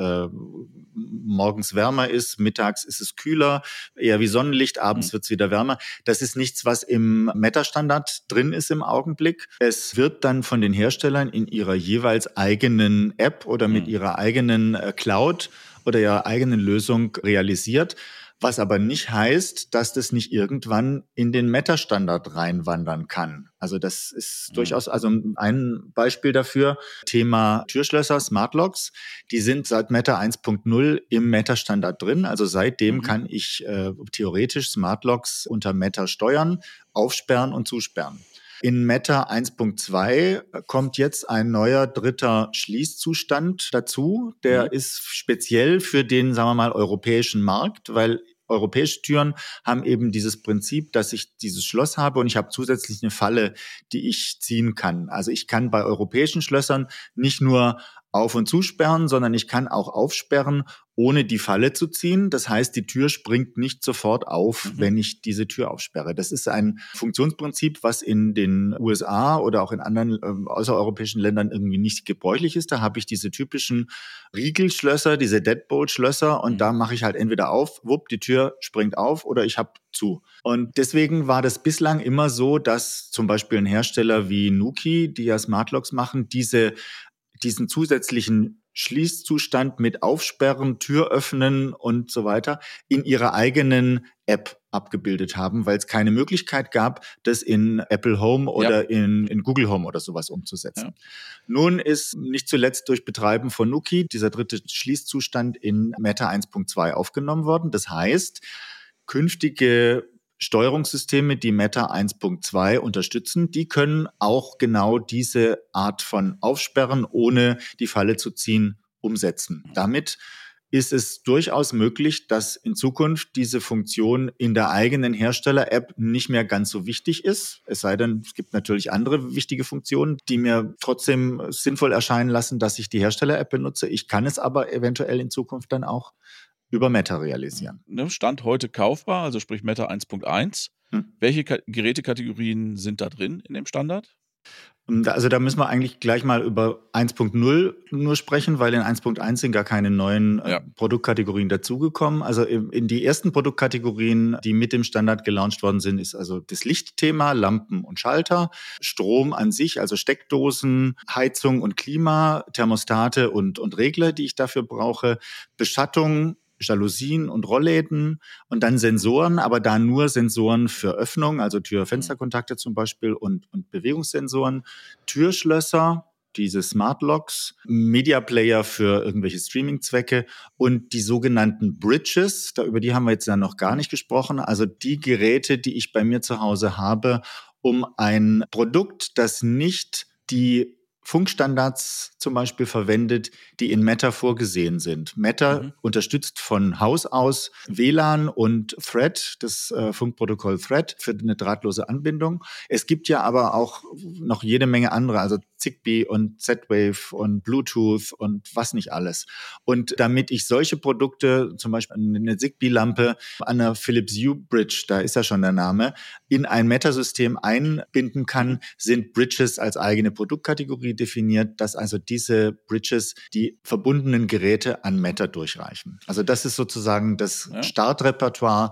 morgens wärmer ist, mittags ist es kühler, eher wie Sonnenlicht, abends wird es wieder wärmer. Das ist nichts, was im Meta-Standard drin ist im Augenblick. Es wird dann von den Herstellern in ihrer jeweils eigenen App oder mit ihrer eigenen Cloud oder ihrer eigenen Lösung realisiert. Was aber nicht heißt, dass das nicht irgendwann in den Meta-Standard reinwandern kann. Also das ist durchaus, also ein Beispiel dafür, Thema Türschlösser, Smart Locks, die sind seit Meta 1.0 im Meta-Standard drin. Also seitdem kann ich theoretisch Smart Locks unter Meta steuern, aufsperren und zusperren. In Meta 1.2 kommt jetzt ein neuer dritter Schließzustand dazu. Der ist speziell für den, sagen wir mal, europäischen Markt, weil europäische Türen haben eben dieses Prinzip, dass ich dieses Schloss habe und ich habe zusätzlich eine Falle, die ich ziehen kann. Also ich kann bei europäischen Schlössern nicht nur auf- und zusperren, sondern ich kann auch aufsperren, ohne die Falle zu ziehen. Das heißt, die Tür springt nicht sofort auf, wenn ich diese Tür aufsperre. Das ist ein Funktionsprinzip, was in den USA oder auch in anderen außereuropäischen Ländern irgendwie nicht gebräuchlich ist. Da habe ich diese typischen Riegelschlösser, diese Deadbolt-Schlösser und da mache ich halt entweder auf, wupp, die Tür springt auf oder ich habe zu. Und deswegen war das bislang immer so, dass zum Beispiel ein Hersteller wie Nuki, die ja Smart Locks machen, diesen zusätzlichen Schließzustand mit Aufsperren, Tür öffnen und so weiter in ihrer eigenen App abgebildet haben, weil es keine Möglichkeit gab, das in Apple Home oder in Google Home oder sowas umzusetzen. Ja. Nun ist nicht zuletzt durch Betreiben von Nuki dieser dritte Schließzustand in Meta 1.2 aufgenommen worden. Das heißt, künftige Steuerungssysteme, die Meta 1.2 unterstützen, die können auch genau diese Art von Aufsperren, ohne die Falle zu ziehen, umsetzen. Damit ist es durchaus möglich, dass in Zukunft diese Funktion in der eigenen Hersteller-App nicht mehr ganz so wichtig ist. Es sei denn, es gibt natürlich andere wichtige Funktionen, die mir trotzdem sinnvoll erscheinen lassen, dass ich die Hersteller-App benutze. Ich kann es aber eventuell in Zukunft dann auch über Meta realisieren. Stand heute kaufbar, also sprich Meta 1.1. Welche Gerätekategorien sind da drin in dem Standard? Also da müssen wir eigentlich gleich mal über 1.0 nur sprechen, weil in 1.1 sind gar keine neuen Produktkategorien dazugekommen. Also in die ersten Produktkategorien, die mit dem Standard gelauncht worden sind, ist also das Lichtthema, Lampen und Schalter, Strom an sich, also Steckdosen, Heizung und Klima, Thermostate und Regler, die ich dafür brauche, Beschattung, Jalousien und Rollläden und dann Sensoren, aber da nur Sensoren für Öffnung, also Tür-Fensterkontakte zum Beispiel und Bewegungssensoren, Türschlösser, diese Smart Locks, Media Player für irgendwelche Streaming-Zwecke und die sogenannten Bridges, über die haben wir jetzt ja noch gar nicht gesprochen, also die Geräte, die ich bei mir zu Hause habe, um ein Produkt, das nicht die Funkstandards zum Beispiel verwendet, die in Meta vorgesehen sind. Meta unterstützt von Haus aus WLAN und Thread, das Funkprotokoll Thread für eine drahtlose Anbindung. Es gibt ja aber auch noch jede Menge andere, also Zigbee und Z-Wave und Bluetooth und was nicht alles. Und damit ich solche Produkte, zum Beispiel eine Zigbee-Lampe an einer Philips Hue Bridge, da ist ja schon der Name, in ein Meta-System einbinden kann, sind Bridges als eigene Produktkategorie definiert, dass also diese Bridges die verbundenen Geräte an Meta durchreichen. Also das ist sozusagen das Startrepertoire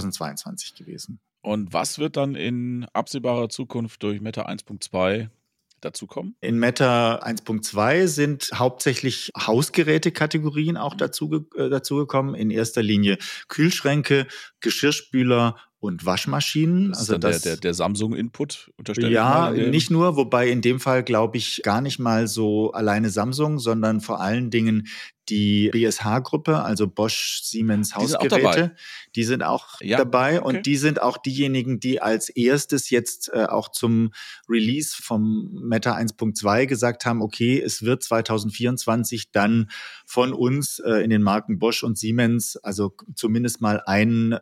2022 gewesen. Und was wird dann in absehbarer Zukunft durch Meta 1.2 dazukommen? In Meta 1.2 sind hauptsächlich Hausgerätekategorien auch dazugekommen. In erster Linie Kühlschränke, Geschirrspüler und Waschmaschinen. Das ist also dann der Samsung-Input, unterstelle ich mal. Ja, nicht nur, wobei in dem Fall glaube ich gar nicht mal so alleine Samsung, sondern vor allen Dingen die BSH-Gruppe, also Bosch, Siemens Hausgeräte, die sind auch dabei und die sind auch diejenigen, die als erstes jetzt auch zum Release vom Meta 1.2 gesagt haben, okay, es wird 2024 dann von uns in den Marken Bosch und Siemens, also zumindest mal ein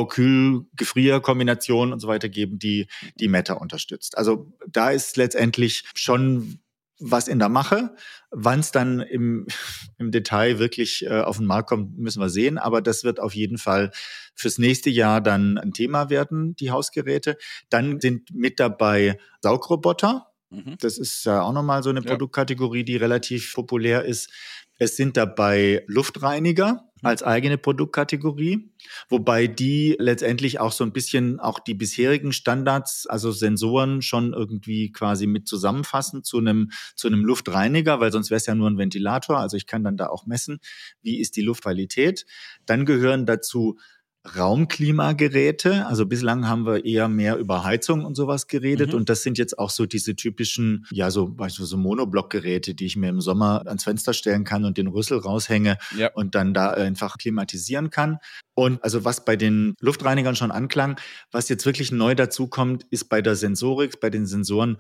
Einbau-Kühl-Gefrier-Kombination und so weiter geben, die Meta unterstützt. Also da ist letztendlich schon was in der Mache. Wann es dann im Detail wirklich auf den Markt kommt, müssen wir sehen. Aber das wird auf jeden Fall fürs nächste Jahr dann ein Thema werden, die Hausgeräte. Dann sind mit dabei Saugroboter. Das ist ja auch nochmal so eine Produktkategorie, die relativ populär ist. Es sind dabei Luftreiniger als eigene Produktkategorie, wobei die letztendlich auch so ein bisschen auch die bisherigen Standards, also Sensoren schon irgendwie quasi mit zusammenfassen zu einem Luftreiniger, weil sonst wäre es ja nur ein Ventilator. Also ich kann dann da auch messen, wie ist die Luftqualität. Dann gehören dazu Raumklimageräte. Also bislang haben wir eher mehr über Heizung und sowas geredet. Und das sind jetzt auch so diese typischen, so beispielsweise so Monoblockgeräte, die ich mir im Sommer ans Fenster stellen kann und den Rüssel raushänge und dann da einfach klimatisieren kann. Und also was bei den Luftreinigern schon anklang, was jetzt wirklich neu dazu kommt, ist bei der Sensorik, bei den Sensoren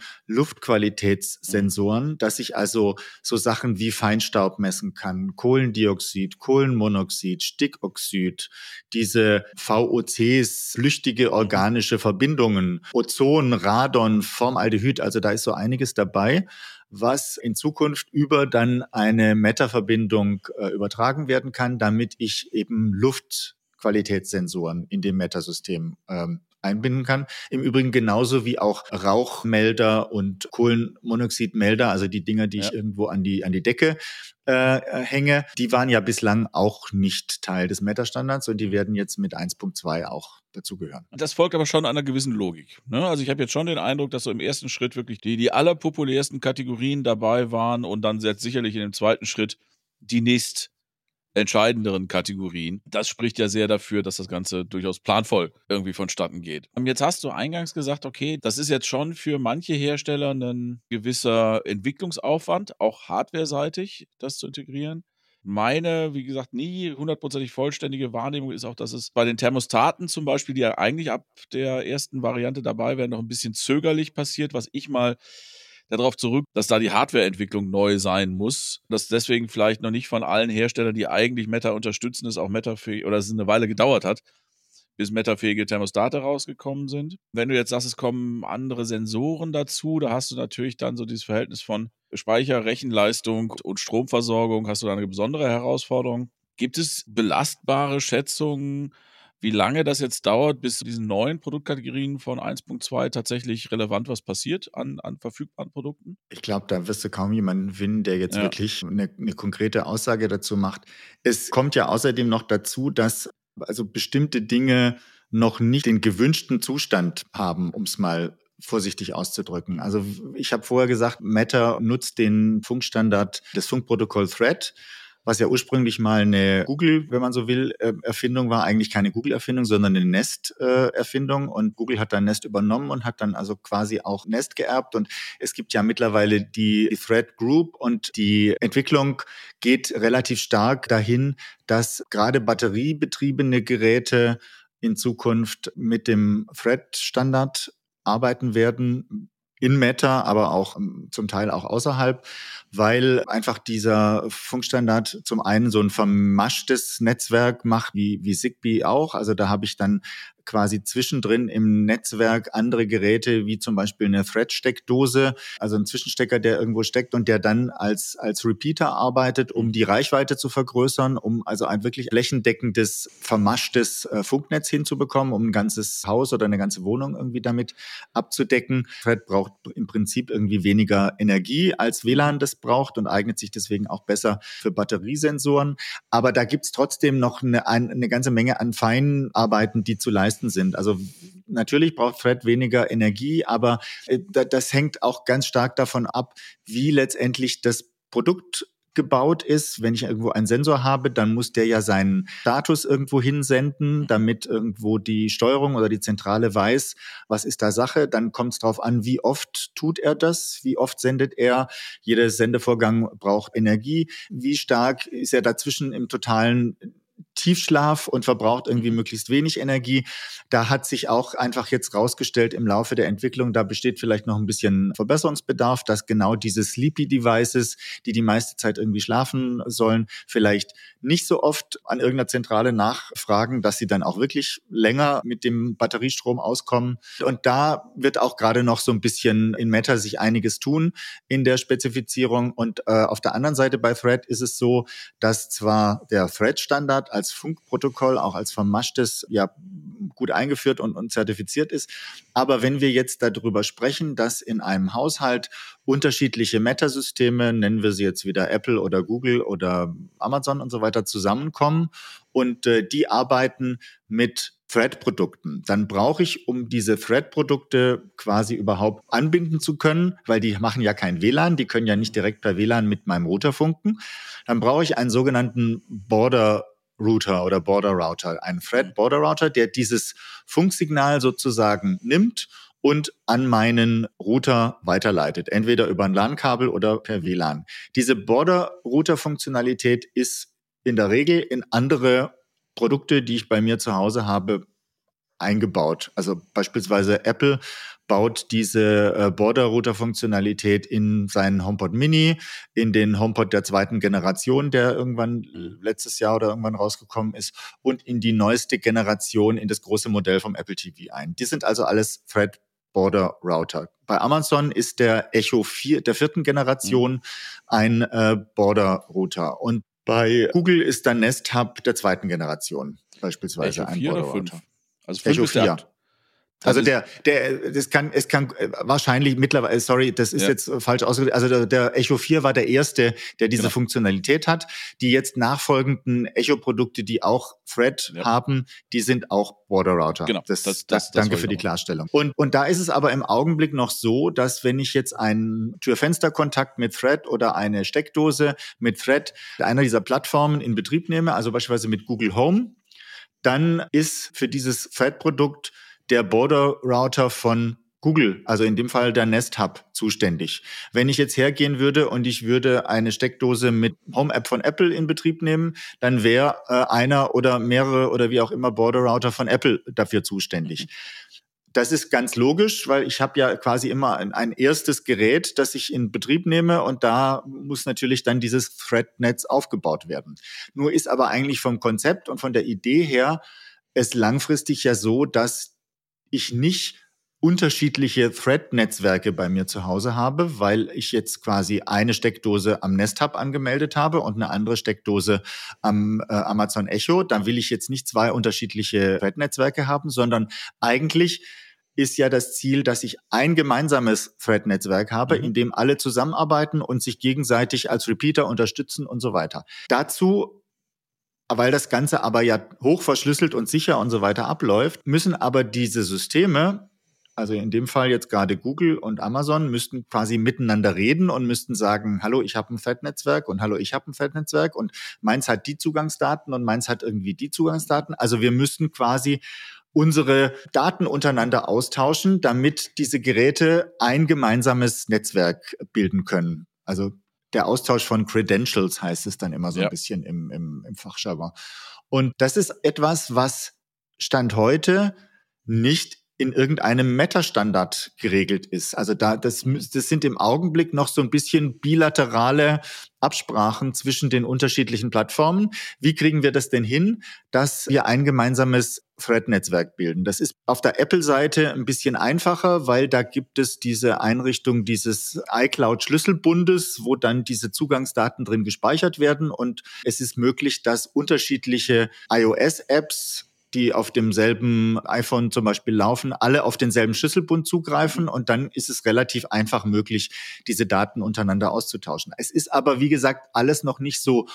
Luftqualitätssensoren, dass ich also so Sachen wie Feinstaub messen kann, Kohlendioxid, Kohlenmonoxid, Stickoxid, diese VOCs, flüchtige organische Verbindungen, Ozon, Radon, Formaldehyd, also da ist so einiges dabei, was in Zukunft über dann eine Meta-Verbindung übertragen werden kann, damit ich eben Luftqualitätssensoren in dem Meta-System einbinden kann. Im Übrigen genauso wie auch Rauchmelder und Kohlenmonoxidmelder, also die Dinger, die ich irgendwo an die Decke hänge, die waren ja bislang auch nicht Teil des Meta-Standards und die werden jetzt mit 1.2 auch dazugehören. Das folgt aber schon einer gewissen Logik. Ne? Also ich habe jetzt schon den Eindruck, dass so im ersten Schritt wirklich die allerpopulärsten Kategorien dabei waren und dann jetzt sicherlich in dem zweiten Schritt die nächst entscheidenderen Kategorien. Das spricht ja sehr dafür, dass das Ganze durchaus planvoll irgendwie vonstatten geht. Jetzt hast du eingangs gesagt, okay, das ist jetzt schon für manche Hersteller ein gewisser Entwicklungsaufwand, auch hardwareseitig, das zu integrieren. Meine, wie gesagt, nie hundertprozentig vollständige Wahrnehmung ist auch, dass es bei den Thermostaten zum Beispiel, die ja eigentlich ab der ersten Variante dabei wären, noch ein bisschen zögerlich passiert, was ich mal darauf zurück, dass da die Hardwareentwicklung neu sein muss, dass deswegen vielleicht noch nicht von allen Herstellern, die eigentlich Meta unterstützen, es auch Meta-fähig oder es eine Weile gedauert hat, bis Meta-fähige Thermostate rausgekommen sind. Wenn du jetzt sagst, es kommen andere Sensoren dazu, da hast du natürlich dann so dieses Verhältnis von Speicher, Rechenleistung und Stromversorgung, hast du da eine besondere Herausforderung. Gibt es belastbare Schätzungen, wie lange das jetzt dauert, bis diesen neuen Produktkategorien von 1.2 tatsächlich relevant was passiert an verfügbaren Produkten? Ich glaube, da wirst du kaum jemanden finden, der jetzt Ja. wirklich eine konkrete Aussage dazu macht. Es kommt ja außerdem noch dazu, dass also bestimmte Dinge noch nicht den gewünschten Zustand haben, um es mal vorsichtig auszudrücken. Also ich habe vorher gesagt, Meta nutzt den Funkstandard des Funkprotokoll Thread, was ja ursprünglich mal eine Google, wenn man so will, Erfindung war. Eigentlich keine Google-Erfindung, sondern eine Nest-Erfindung. Und Google hat dann Nest übernommen und hat dann also quasi auch Nest geerbt. Und es gibt ja mittlerweile die Thread Group und die Entwicklung geht relativ stark dahin, dass gerade batteriebetriebene Geräte in Zukunft mit dem Thread-Standard arbeiten werden, in Meta, aber auch zum Teil auch außerhalb, weil einfach dieser Funkstandard zum einen so ein vermaschtes Netzwerk macht, wie Zigbee auch. Also da habe ich dann quasi zwischendrin im Netzwerk andere Geräte, wie zum Beispiel eine Thread-Steckdose, also ein Zwischenstecker, der irgendwo steckt und der dann als Repeater arbeitet, um die Reichweite zu vergrößern, um also ein wirklich flächendeckendes, vermaschtes Funknetz hinzubekommen, um ein ganzes Haus oder eine ganze Wohnung irgendwie damit abzudecken. Thread braucht im Prinzip irgendwie weniger Energie, als WLAN das braucht und eignet sich deswegen auch besser für Batteriesensoren. Aber da gibt's trotzdem noch eine ganze Menge an Feinarbeiten, die zu leisten sind. Also natürlich braucht Thread weniger Energie, aber das hängt auch ganz stark davon ab, wie letztendlich das Produkt gebaut ist. Wenn ich irgendwo einen Sensor habe, dann muss der ja seinen Status irgendwo hinsenden, damit irgendwo die Steuerung oder die Zentrale weiß, was ist da Sache. Dann kommt es darauf an, wie oft tut er das, wie oft sendet er. Jeder Sendevorgang braucht Energie. Wie stark ist er dazwischen im totalen Tiefschlaf und verbraucht irgendwie möglichst wenig Energie. Da hat sich auch einfach jetzt rausgestellt im Laufe der Entwicklung, da besteht vielleicht noch ein bisschen Verbesserungsbedarf, dass genau diese Sleepy Devices, die meiste Zeit irgendwie schlafen sollen, vielleicht nicht so oft an irgendeiner Zentrale nachfragen, dass sie dann auch wirklich länger mit dem Batteriestrom auskommen. Und da wird auch gerade noch so ein bisschen in Meta sich einiges tun in der Spezifizierung. Und auf der anderen Seite bei Thread ist es so, dass zwar der Thread-Standard als Funkprotokoll, auch als vermaschtes, ja, gut eingeführt und zertifiziert ist. Aber wenn wir jetzt darüber sprechen, dass in einem Haushalt unterschiedliche Meta-Systeme, nennen wir sie jetzt wieder Apple oder Google oder Amazon und so weiter, zusammenkommen und die arbeiten mit Thread-Produkten, dann brauche ich, um diese Thread-Produkte quasi überhaupt anbinden zu können, weil die machen ja kein WLAN, die können ja nicht direkt per WLAN mit meinem Router funken, dann brauche ich einen sogenannten Border Router oder Border Router, einen Thread Border Router, der dieses Funksignal sozusagen nimmt und an meinen Router weiterleitet, entweder über ein LAN-Kabel oder per WLAN. Diese Border Router-Funktionalität ist in der Regel in andere Produkte, die ich bei mir zu Hause habe, eingebaut. Also beispielsweise Apple baut diese Border-Router-Funktionalität in seinen HomePod Mini, in den HomePod der zweiten Generation, der irgendwann letztes Jahr oder irgendwann rausgekommen ist, und in die neueste Generation, in das große Modell vom Apple TV ein. Die sind also alles Thread Border Router. Bei Amazon ist der Echo 4 der vierten Generation ein Border Router. Und bei Google ist der Nest Hub der zweiten Generation beispielsweise Echo ein 4 Border oder 5? Router. Also 5 Echo ist der 4. Also es kann wahrscheinlich mittlerweile, sorry, das ist jetzt falsch ausgedrückt, also der Echo 4 war der erste, der diese Funktionalität hat. Die jetzt nachfolgenden Echo-Produkte, die auch Thread haben, die sind auch Border Router. Genau. Danke für die Klarstellung. Und da ist es aber im Augenblick noch so, dass wenn ich jetzt einen Tür-Fenster-Kontakt mit Thread oder eine Steckdose mit Thread einer dieser Plattformen in Betrieb nehme, also beispielsweise mit Google Home, dann ist für dieses Thread-Produkt der Border Router von Google, also in dem Fall der Nest Hub, zuständig. Wenn ich jetzt hergehen würde und ich würde eine Steckdose mit Home App von Apple in Betrieb nehmen, dann wäre einer oder mehrere oder wie auch immer Border Router von Apple dafür zuständig. Das ist ganz logisch, weil ich habe ja quasi immer ein erstes Gerät, das ich in Betrieb nehme und da muss natürlich dann dieses Thread-Netz aufgebaut werden. Nur ist aber eigentlich vom Konzept und von der Idee her es langfristig ja so, dass ich nicht unterschiedliche Thread-Netzwerke bei mir zu Hause habe, weil ich jetzt quasi eine Steckdose am Nest Hub angemeldet habe und eine andere Steckdose am Amazon Echo. Dann will ich jetzt nicht 2 unterschiedliche Thread-Netzwerke haben, sondern eigentlich ist ja das Ziel, dass ich ein gemeinsames Thread-Netzwerk habe, in dem alle zusammenarbeiten und sich gegenseitig als Repeater unterstützen und so weiter. Dazu, weil das Ganze aber ja hoch verschlüsselt und sicher und so weiter abläuft, müssen aber diese Systeme, also in dem Fall jetzt gerade Google und Amazon, müssten quasi miteinander reden und müssten sagen, hallo, ich habe ein Thread-Netzwerk und hallo, ich habe ein Thread-Netzwerk und meins hat die Zugangsdaten und meins hat irgendwie die Zugangsdaten. Also wir müssten quasi unsere Daten untereinander austauschen, damit diese Geräte ein gemeinsames Netzwerk bilden können. Also der Austausch von Credentials heißt es dann immer so ein bisschen im Fachjargon. Und das ist etwas, was Stand heute nicht in irgendeinem Meta-Standard geregelt ist. Also das sind im Augenblick noch so ein bisschen bilaterale Absprachen zwischen den unterschiedlichen Plattformen. Wie kriegen wir das denn hin, dass wir ein gemeinsames Thread-Netzwerk bilden? Das ist auf der Apple-Seite ein bisschen einfacher, weil da gibt es diese Einrichtung dieses iCloud-Schlüsselbundes, wo dann diese Zugangsdaten drin gespeichert werden. Und es ist möglich, dass unterschiedliche iOS-Apps, die auf demselben iPhone zum Beispiel laufen, alle auf denselben Schlüsselbund zugreifen und dann ist es relativ einfach möglich, diese Daten untereinander auszutauschen. Es ist aber, wie gesagt, alles noch nicht so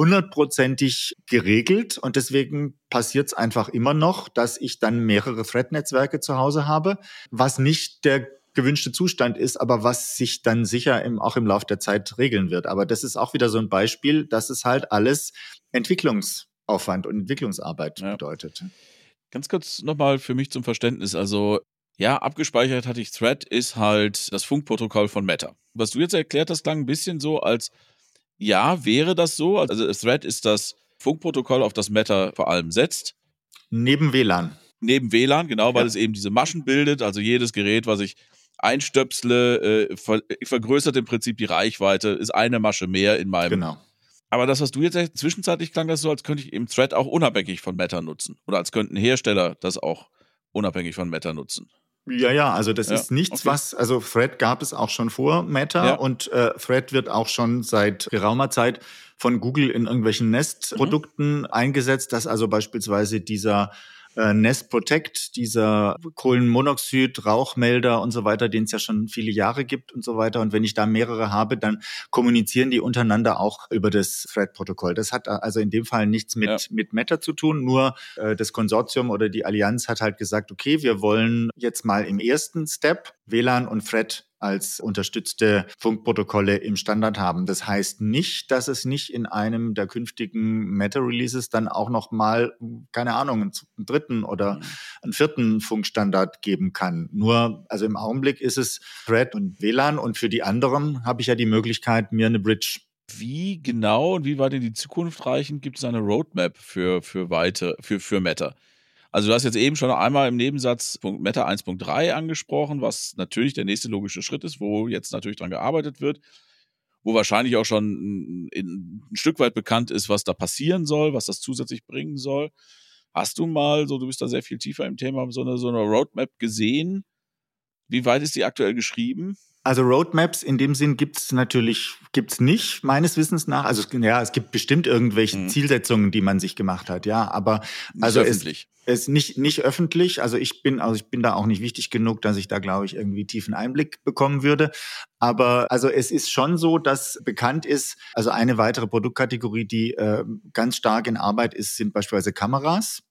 100%ig geregelt und deswegen passiert es einfach immer noch, dass ich dann mehrere Thread-Netzwerke zu Hause habe, was nicht der gewünschte Zustand ist, aber was sich dann sicher auch im Laufe der Zeit regeln wird. Aber das ist auch wieder so ein Beispiel, dass es halt alles Entwicklungsaufwand und Entwicklungsarbeit bedeutet. Ganz kurz nochmal für mich zum Verständnis. Also, ja, abgespeichert hatte ich Thread, ist halt das Funkprotokoll von Meta. Was du jetzt erklärt hast, klang ein bisschen so, als ja, wäre das so. Also, Thread ist das Funkprotokoll, auf das Meta vor allem setzt. Neben WLAN. Neben WLAN, genau, weil es eben diese Maschen bildet. Also, jedes Gerät, was ich einstöpsle, vergrößert im Prinzip die Reichweite, ist eine Masche mehr in meinem. Genau. Aber das, was du jetzt sagst, zwischenzeitlich klang das so, als könnte ich eben Thread auch unabhängig von Meta nutzen. Oder als könnten Hersteller das auch unabhängig von Meta nutzen. Ja, also das ist nichts, also Thread gab es auch schon vor Meta und Thread wird auch schon seit geraumer Zeit von Google in irgendwelchen Nest-Produkten eingesetzt, dass also beispielsweise dieser Nest Protect, dieser Kohlenmonoxid-Rauchmelder und so weiter, den es ja schon viele Jahre gibt und so weiter. Und wenn ich da mehrere habe, dann kommunizieren die untereinander auch über das Thread-Protokoll. Das hat also in dem Fall nichts mit Meta zu tun, nur das Konsortium oder die Allianz hat halt gesagt, okay, wir wollen jetzt mal im ersten Step WLAN und Thread als unterstützte Funkprotokolle im Standard haben. Das heißt nicht, dass es nicht in einem der künftigen Meta-Releases dann auch noch mal, keine Ahnung, einen dritten oder einen vierten Funkstandard geben kann. Nur, also im Augenblick ist es Thread und WLAN und für die anderen habe ich ja die Möglichkeit, mir eine Bridge. Wie genau und wie weit in die Zukunft reichend gibt es eine Roadmap für Meta? Also du hast jetzt eben schon einmal im Nebensatz Meta 1.3 angesprochen, was natürlich der nächste logische Schritt ist, wo jetzt natürlich dran gearbeitet wird, wo wahrscheinlich auch schon ein Stück weit bekannt ist, was da passieren soll, was das zusätzlich bringen soll. Hast du mal, du bist da sehr viel tiefer im Thema, so eine Roadmap gesehen? Wie weit ist die aktuell geschrieben? Also Roadmaps in dem Sinn gibt's nicht, meines Wissens nach. Also ja, es gibt bestimmt irgendwelche Zielsetzungen, die man sich gemacht hat, ja, aber also öffentlich. Es nicht öffentlich. Also ich bin da auch nicht wichtig genug, dass ich da, glaube ich, irgendwie tiefen Einblick bekommen würde. Aber also es ist schon so, dass bekannt ist, also eine weitere Produktkategorie, die ganz stark in Arbeit ist, sind beispielsweise Kameras.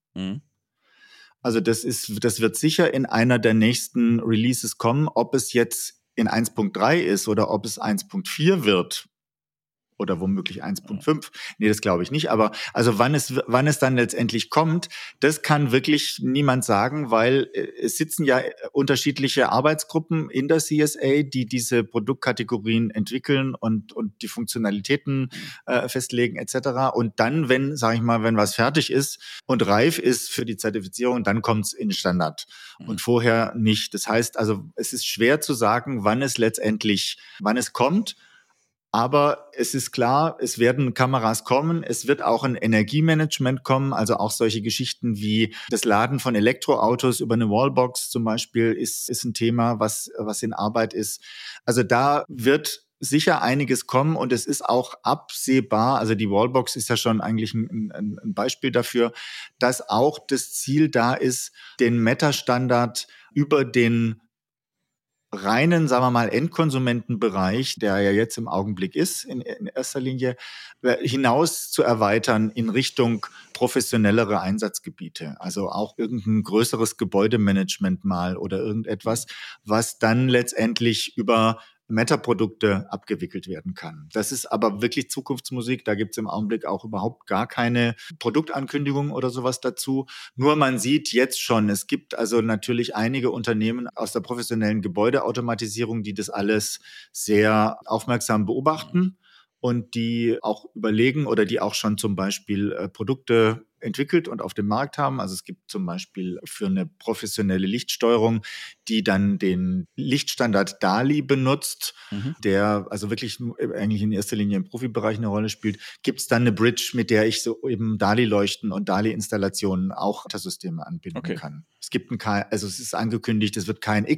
Also das wird sicher in einer der nächsten Releases kommen, ob es jetzt in 1.3 ist oder ob es 1.4 wird oder womöglich 1.5. Nee, das glaube ich nicht. Aber also wann es dann letztendlich kommt, das kann wirklich niemand sagen, weil es sitzen ja unterschiedliche Arbeitsgruppen in der CSA, die diese Produktkategorien entwickeln und die Funktionalitäten festlegen etc. Und dann, wenn was fertig ist und reif ist für die Zertifizierung, dann kommt es in den Standard und vorher nicht. Das heißt also, es ist schwer zu sagen, wann es kommt. Aber es ist klar, es werden Kameras kommen, es wird auch ein Energiemanagement kommen, also auch solche Geschichten wie das Laden von Elektroautos über eine Wallbox zum Beispiel ist ein Thema, was in Arbeit ist. Also da wird sicher einiges kommen und es ist auch absehbar, also die Wallbox ist ja schon eigentlich ein Beispiel dafür, dass auch das Ziel da ist, den Meta-Standard über den reinen, sagen wir mal, Endkonsumentenbereich, der ja jetzt im Augenblick ist, in erster Linie, hinaus zu erweitern in Richtung professionellere Einsatzgebiete. Also auch irgendein größeres Gebäudemanagement mal oder irgendetwas, was dann letztendlich über Meta-Produkte abgewickelt werden kann. Das ist aber wirklich Zukunftsmusik. Da gibt es im Augenblick auch überhaupt gar keine Produktankündigung oder sowas dazu. Nur man sieht jetzt schon, es gibt also natürlich einige Unternehmen aus der professionellen Gebäudeautomatisierung, die das alles sehr aufmerksam beobachten und die auch überlegen oder die auch schon zum Beispiel Produkte entwickelt und auf dem Markt haben. Also es gibt zum Beispiel für eine professionelle Lichtsteuerung, die dann den Lichtstandard DALI benutzt, der also wirklich eigentlich in erster Linie im Profibereich eine Rolle spielt, gibt es dann eine Bridge, mit der ich so eben DALI-Leuchten und DALI-Installationen auch Systeme anbinden kann. Es gibt also es ist angekündigt, es wird kein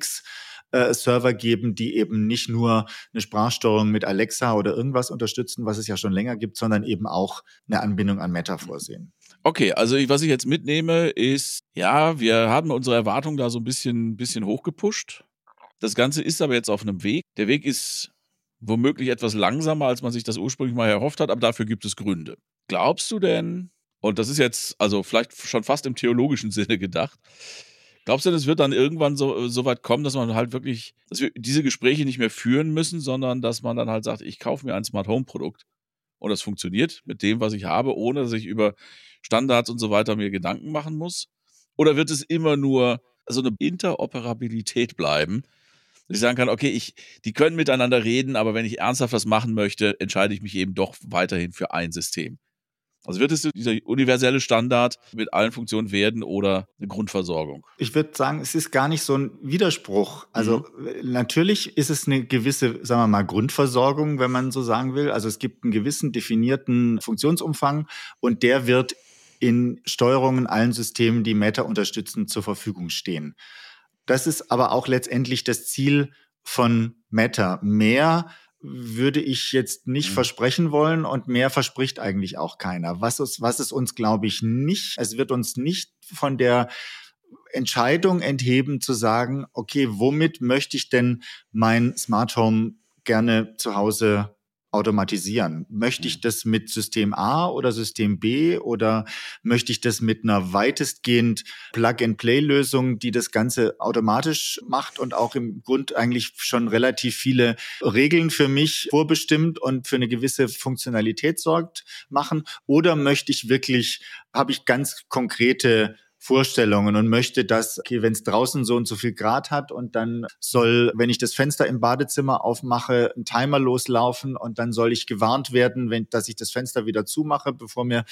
Server geben, die eben nicht nur eine Sprachsteuerung mit Alexa oder irgendwas unterstützen, was es ja schon länger gibt, sondern eben auch eine Anbindung an Meta vorsehen. Okay, also was ich jetzt mitnehme ist, ja, wir haben unsere Erwartungen da so ein bisschen hochgepusht. Das Ganze ist aber jetzt auf einem Weg. Der Weg ist womöglich etwas langsamer, als man sich das ursprünglich mal erhofft hat, aber dafür gibt es Gründe. Glaubst du denn, und das ist jetzt also vielleicht schon fast im theologischen Sinne gedacht, glaubst du, es wird dann irgendwann so weit kommen, dass man halt wirklich, dass wir diese Gespräche nicht mehr führen müssen, sondern dass man dann halt sagt, ich kaufe mir ein Smart Home Produkt und das funktioniert mit dem, was ich habe, ohne dass ich über Standards und so weiter mir Gedanken machen muss? Oder wird es immer nur so eine Interoperabilität bleiben, dass ich sagen kann, okay, die können miteinander reden, aber wenn ich ernsthaft was machen möchte, entscheide ich mich eben doch weiterhin für ein System? Also wird es dieser universelle Standard mit allen Funktionen werden oder eine Grundversorgung? Ich würde sagen, es ist gar nicht so ein Widerspruch. Also natürlich ist es eine gewisse, sagen wir mal, Grundversorgung, wenn man so sagen will. Also es gibt einen gewissen definierten Funktionsumfang und der wird in Steuerungen allen Systemen, die Meta unterstützen, zur Verfügung stehen. Das ist aber auch letztendlich das Ziel von Meta. Mehr würde ich jetzt nicht versprechen wollen und mehr verspricht eigentlich auch keiner. Was es uns, glaube ich, nicht, es wird uns nicht von der Entscheidung entheben zu sagen, okay, womit möchte ich denn mein Smart Home gerne zu Hause automatisieren? Möchte ich das mit System A oder System B oder möchte ich das mit einer weitestgehend Plug-and-Play-Lösung, die das Ganze automatisch macht und auch im Grund eigentlich schon relativ viele Regeln für mich vorbestimmt und für eine gewisse Funktionalität sorgt, machen? Oder möchte ich wirklich, habe ich ganz konkrete Vorstellungen und möchte, dass, okay, wenn es draußen so und so viel Grad hat und dann soll, wenn ich das Fenster im Badezimmer aufmache, ein Timer loslaufen und dann soll ich gewarnt werden, dass ich das Fenster wieder zumache, bevor mir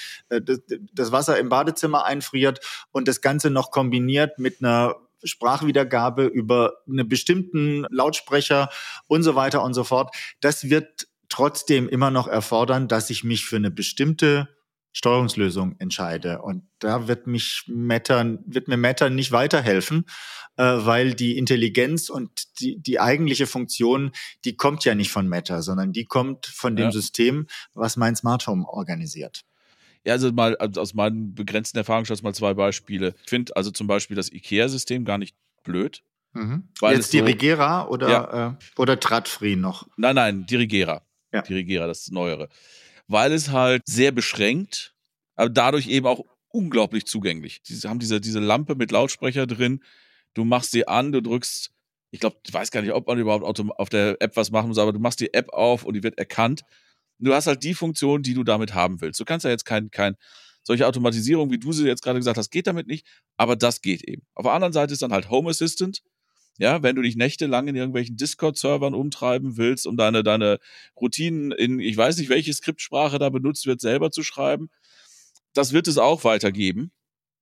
das Wasser im Badezimmer einfriert und das Ganze noch kombiniert mit einer Sprachwiedergabe über einen bestimmten Lautsprecher und so weiter und so fort. Das wird trotzdem immer noch erfordern, dass ich mich für eine bestimmte Steuerungslösung entscheide. Und da wird mir Meta nicht weiterhelfen, weil die Intelligenz und die eigentliche Funktion, die kommt ja nicht von Meta, sondern die kommt von dem System, was mein Smart Home organisiert. Ja, also mal aus meinen begrenzten Erfahrungsschatz mal 2 Beispiele. Ich finde also zum Beispiel das IKEA-System gar nicht blöd. Weil Jetzt die Rigera oder Tradfri noch? Nein, die Rigera. Ja. Die Rigera, das Neuere. Weil es halt sehr beschränkt, aber dadurch eben auch unglaublich zugänglich. Sie haben diese Lampe mit Lautsprecher drin. Du machst sie an, du drückst, ich glaube, ich weiß gar nicht, ob man überhaupt auf der App was machen muss, aber du machst die App auf und die wird erkannt. Du hast halt die Funktion, die du damit haben willst. Du kannst ja jetzt solche Automatisierung, wie du sie jetzt gerade gesagt hast, geht damit nicht, aber das geht eben. Auf der anderen Seite ist dann halt Home Assistant. Ja, wenn du dich nächtelang in irgendwelchen Discord-Servern umtreiben willst, um deine Routinen in, ich weiß nicht, welche Skriptsprache da benutzt wird, selber zu schreiben, das wird es auch weitergeben.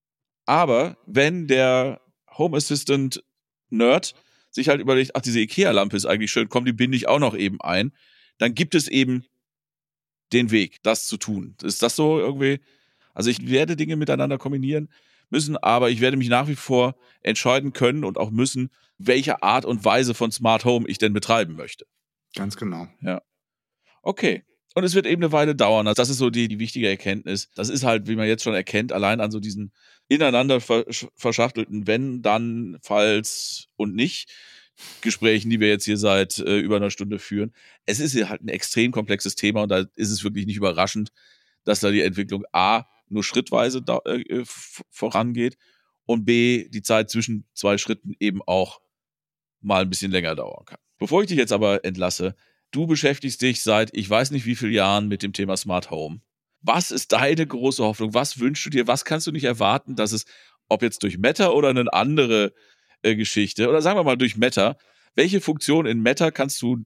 Aber wenn der Home Assistant Nerd sich halt überlegt, ach, diese IKEA-Lampe ist eigentlich schön, komm, die binde ich auch noch eben ein, dann gibt es eben den Weg, das zu tun. Ist das so irgendwie? Also ich werde Dinge miteinander kombinieren müssen, aber ich werde mich nach wie vor entscheiden können und auch müssen, welche Art und Weise von Smart Home ich denn betreiben möchte. Ganz genau. Ja. Okay. Und es wird eben eine Weile dauern. Also das ist so die wichtige Erkenntnis. Das ist halt, wie man jetzt schon erkennt, allein an so diesen ineinander verschachtelten Wenn, dann, falls und nicht Gesprächen, die wir jetzt hier seit über einer Stunde führen. Es ist ja halt ein extrem komplexes Thema und da ist es wirklich nicht überraschend, dass da die Entwicklung A nur schrittweise vorangeht und B die Zeit zwischen zwei Schritten eben auch mal ein bisschen länger dauern kann. Bevor ich dich jetzt aber entlasse, du beschäftigst dich seit ich weiß nicht wie vielen Jahren mit dem Thema Smart Home. Was ist deine große Hoffnung? Was wünschst du dir? Was kannst du nicht erwarten, dass es, ob jetzt durch Meta oder eine andere Geschichte, oder sagen wir mal durch Meta, welche Funktion in Meta kannst du,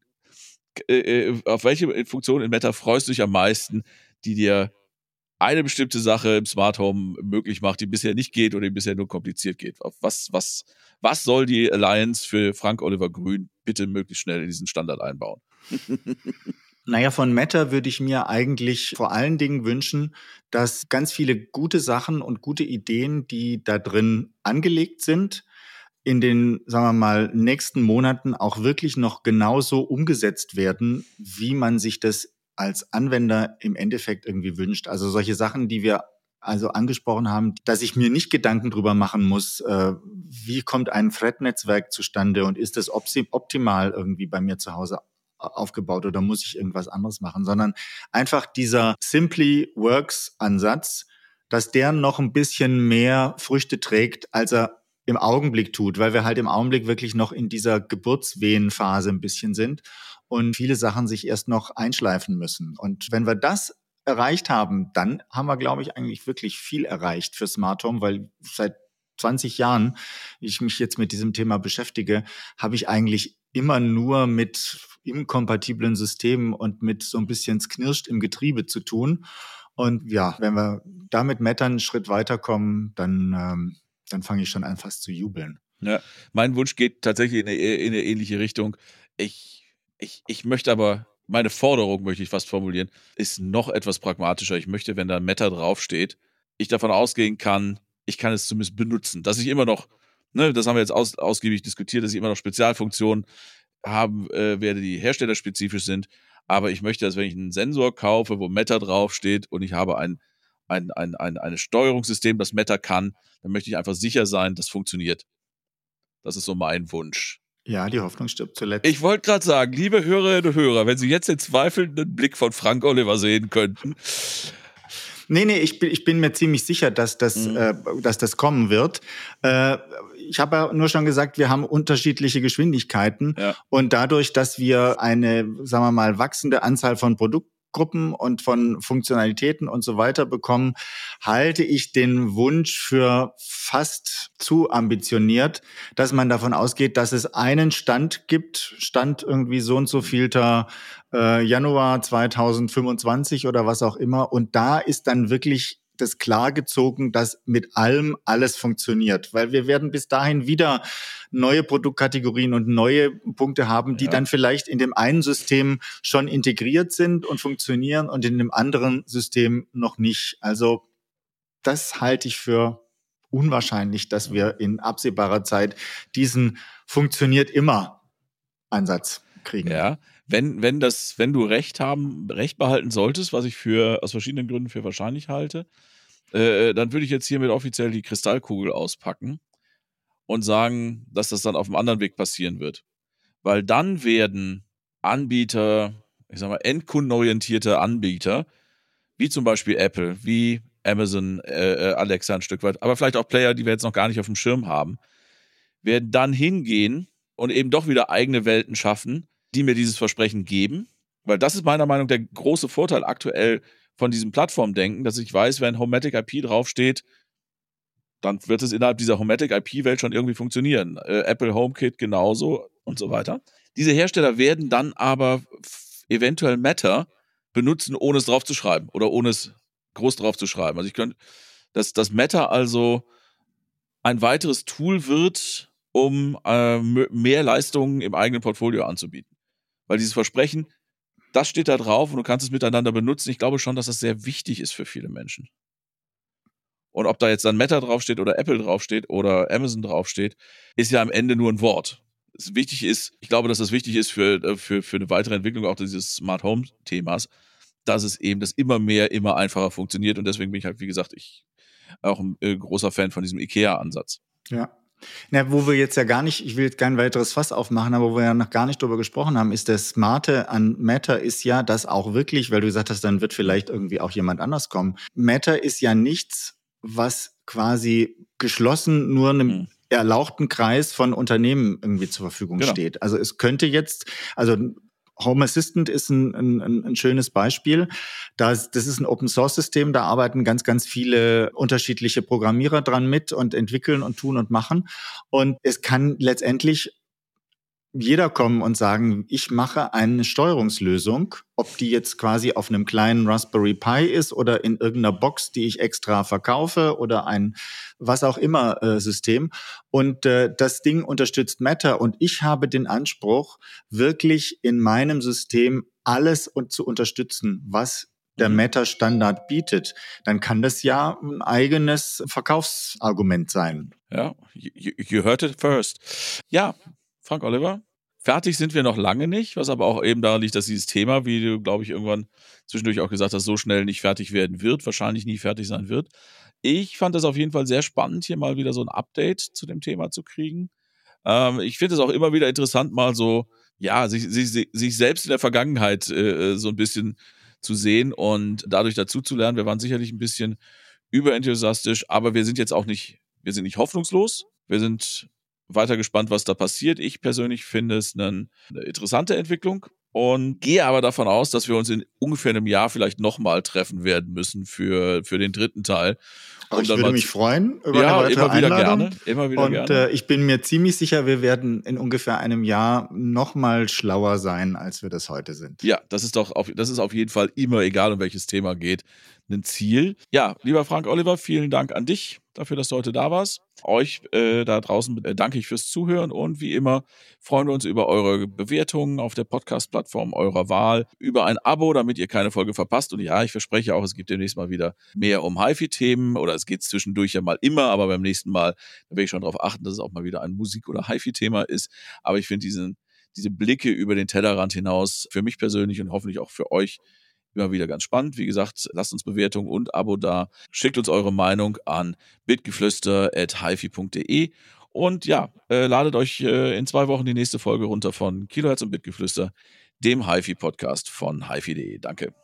auf welche Funktion in Meta freust du dich am meisten, die dir eine bestimmte Sache im Smart Home möglich macht, die bisher nicht geht oder die bisher nur kompliziert geht? Auf was soll die Alliance für Frank Oliver Grün bitte möglichst schnell in diesen Standard einbauen? Naja, von Meta würde ich mir eigentlich vor allen Dingen wünschen, dass ganz viele gute Sachen und gute Ideen, die da drin angelegt sind, in den, sagen wir mal, nächsten Monaten auch wirklich noch genauso umgesetzt werden, wie man sich das als Anwender im Endeffekt irgendwie wünscht. Also solche Sachen, die wir also angesprochen haben, dass ich mir nicht Gedanken drüber machen muss, wie kommt ein Thread-Netzwerk zustande und ist das optimal irgendwie bei mir zu Hause aufgebaut oder muss ich irgendwas anderes machen, sondern einfach dieser Simply Works Ansatz, dass der noch ein bisschen mehr Früchte trägt, als er im Augenblick tut, weil wir halt im Augenblick wirklich noch in dieser Geburtswehenphase ein bisschen sind und viele Sachen sich erst noch einschleifen müssen. Und wenn wir das erreicht haben, dann haben wir, glaube ich, eigentlich wirklich viel erreicht für Smart Home, weil seit 20 Jahren ich mich jetzt mit diesem Thema beschäftige, habe ich eigentlich immer nur mit inkompatiblen Systemen und mit so ein bisschen es knirscht im Getriebe zu tun. Und ja, wenn wir da mit Meta einen Schritt weiterkommen, dann fange ich schon an, fast zu jubeln. Ja, mein Wunsch geht tatsächlich in eine ähnliche Richtung. Ich möchte aber, meine Forderung möchte ich fast formulieren, ist noch etwas pragmatischer. Ich möchte, wenn da Meta draufsteht, ich davon ausgehen kann, ich kann es zumindest benutzen, dass ich immer noch, ne, das haben wir jetzt ausgiebig diskutiert, dass ich immer noch Spezialfunktionen haben werde, die herstellerspezifisch sind. Aber ich möchte, dass wenn ich einen Sensor kaufe, wo Meta draufsteht und ich habe ein Steuerungssystem, das Meta kann, dann möchte ich einfach sicher sein, das funktioniert. Das ist so mein Wunsch. Ja, die Hoffnung stirbt zuletzt. Ich wollte gerade sagen, liebe Hörerinnen und Hörer, wenn Sie jetzt den zweifelnden Blick von Frank Oliver sehen könnten. Nee, ich bin mir ziemlich sicher, dass das kommen wird. Ich habe ja nur schon gesagt, wir haben unterschiedliche Geschwindigkeiten. Ja. Und dadurch, dass wir eine, sagen wir mal, wachsende Anzahl von Produktgruppen und von Funktionalitäten und so weiter bekommen, halte ich den Wunsch für fast zu ambitioniert, dass man davon ausgeht, dass es einen Stand gibt, Stand irgendwie so und so vielter Januar 2025 oder was auch immer. Und da ist dann wirklich das klar gezogen, dass mit allem alles funktioniert. Weil wir werden bis dahin wieder neue Produktkategorien und neue Punkte haben, die dann vielleicht in dem einen System schon integriert sind und funktionieren und in dem anderen System noch nicht. Also das halte ich für unwahrscheinlich, dass wir in absehbarer Zeit diesen funktioniert immer Ansatz kriegen. Ja, wenn du recht behalten solltest, was ich aus verschiedenen Gründen für wahrscheinlich halte, dann würde ich jetzt hiermit offiziell die Kristallkugel auspacken und sagen, dass das dann auf einem anderen Weg passieren wird. Weil dann werden Anbieter, ich sag mal, endkundenorientierte Anbieter, wie zum Beispiel Apple, wie Amazon, Alexa ein Stück weit, aber vielleicht auch Player, die wir jetzt noch gar nicht auf dem Schirm haben, werden dann hingehen und eben doch wieder eigene Welten schaffen, die mir dieses Versprechen geben. Weil das ist meiner Meinung nach der große Vorteil aktuell von diesem Plattformdenken, dass ich weiß, wenn Homematic IP draufsteht, dann wird es innerhalb dieser Homematic IP-Welt schon irgendwie funktionieren. Apple HomeKit genauso und so weiter. Diese Hersteller werden dann aber eventuell Meta benutzen, ohne es draufzuschreiben oder ohne es groß draufzuschreiben. Also ich könnte, dass Meta also ein weiteres Tool wird, um mehr Leistungen im eigenen Portfolio anzubieten. Weil dieses Versprechen das steht da drauf und du kannst es miteinander benutzen. Ich glaube schon, dass das sehr wichtig ist für viele Menschen. Und ob da jetzt dann Meta draufsteht oder Apple draufsteht oder Amazon draufsteht, ist ja am Ende nur ein Wort. Ich glaube, dass das wichtig ist für eine weitere Entwicklung auch dieses Smart Home Themas, dass es eben das immer mehr, immer einfacher funktioniert. Und deswegen bin ich halt, wie gesagt, auch ein großer Fan von diesem IKEA-Ansatz. Ja. Na, wo wir jetzt ja gar nicht, ich will jetzt kein weiteres Fass aufmachen, aber wo wir ja noch gar nicht drüber gesprochen haben, ist das Smarte an Meta ist ja, dass auch wirklich, weil du gesagt hast, dann wird vielleicht irgendwie auch jemand anders kommen. Meta ist ja nichts, was quasi geschlossen nur einem erlauchten Kreis von Unternehmen irgendwie zur Verfügung steht. Also es könnte jetzt, also Home Assistant ist ein schönes Beispiel. Das ist ein Open-Source-System, da arbeiten ganz, ganz viele unterschiedliche Programmierer dran mit und entwickeln und tun und machen. Und es kann letztendlich jeder kommen und sagen, ich mache eine Steuerungslösung, ob die jetzt quasi auf einem kleinen Raspberry Pi ist oder in irgendeiner Box, die ich extra verkaufe oder ein was auch immer System. Und das Ding unterstützt Meta und ich habe den Anspruch, wirklich in meinem System alles zu unterstützen, was der Meta-Standard bietet, dann kann das ja ein eigenes Verkaufsargument sein. Ja, you heard it first. Ja, Frank Oliver, fertig sind wir noch lange nicht, was aber auch eben daran liegt, dass dieses Thema, wie du, glaube ich, irgendwann zwischendurch auch gesagt hast, so schnell nicht fertig werden wird, wahrscheinlich nie fertig sein wird. Ich fand das auf jeden Fall sehr spannend, hier mal wieder so ein Update zu dem Thema zu kriegen. Ich finde es auch immer wieder interessant, mal so, ja, sich selbst in der Vergangenheit so ein bisschen zu sehen und dadurch dazu zu lernen. Wir waren sicherlich ein bisschen überenthusiastisch, aber wir sind nicht hoffnungslos. Wir sind weiter gespannt, was da passiert. Ich persönlich finde es eine interessante Entwicklung und gehe aber davon aus, dass wir uns in ungefähr einem Jahr vielleicht nochmal treffen werden müssen für den dritten Teil. Ich würde mich freuen über eine weitere Einladung. Immer wieder gerne. Und ich bin mir ziemlich sicher, wir werden in ungefähr einem Jahr nochmal schlauer sein, als wir das heute sind. Ja, das ist auf jeden Fall immer, egal um welches Thema geht, ein Ziel. Ja, lieber Frank Oliver, vielen Dank an dich dafür, dass du heute da warst. Euch da draußen danke ich fürs Zuhören und wie immer freuen wir uns über eure Bewertungen auf der Podcast-Plattform eurer Wahl, über ein Abo, damit ihr keine Folge verpasst. Und ja, ich verspreche auch, es gibt demnächst mal wieder mehr um HiFi-Themen oder es geht zwischendurch ja mal immer, aber beim nächsten Mal werde ich schon darauf achten, dass es auch mal wieder ein Musik- oder HiFi-Thema ist. Aber ich finde diese Blicke über den Tellerrand hinaus für mich persönlich und hoffentlich auch für euch immer wieder ganz spannend. Wie gesagt, lasst uns Bewertung und Abo da. Schickt uns eure Meinung an bitgeflüster@hifi.de und ja, ladet euch in 2 Wochen die nächste Folge runter von Kilohertz und Bitgeflüster, dem HiFi-Podcast von hifi.de. Danke.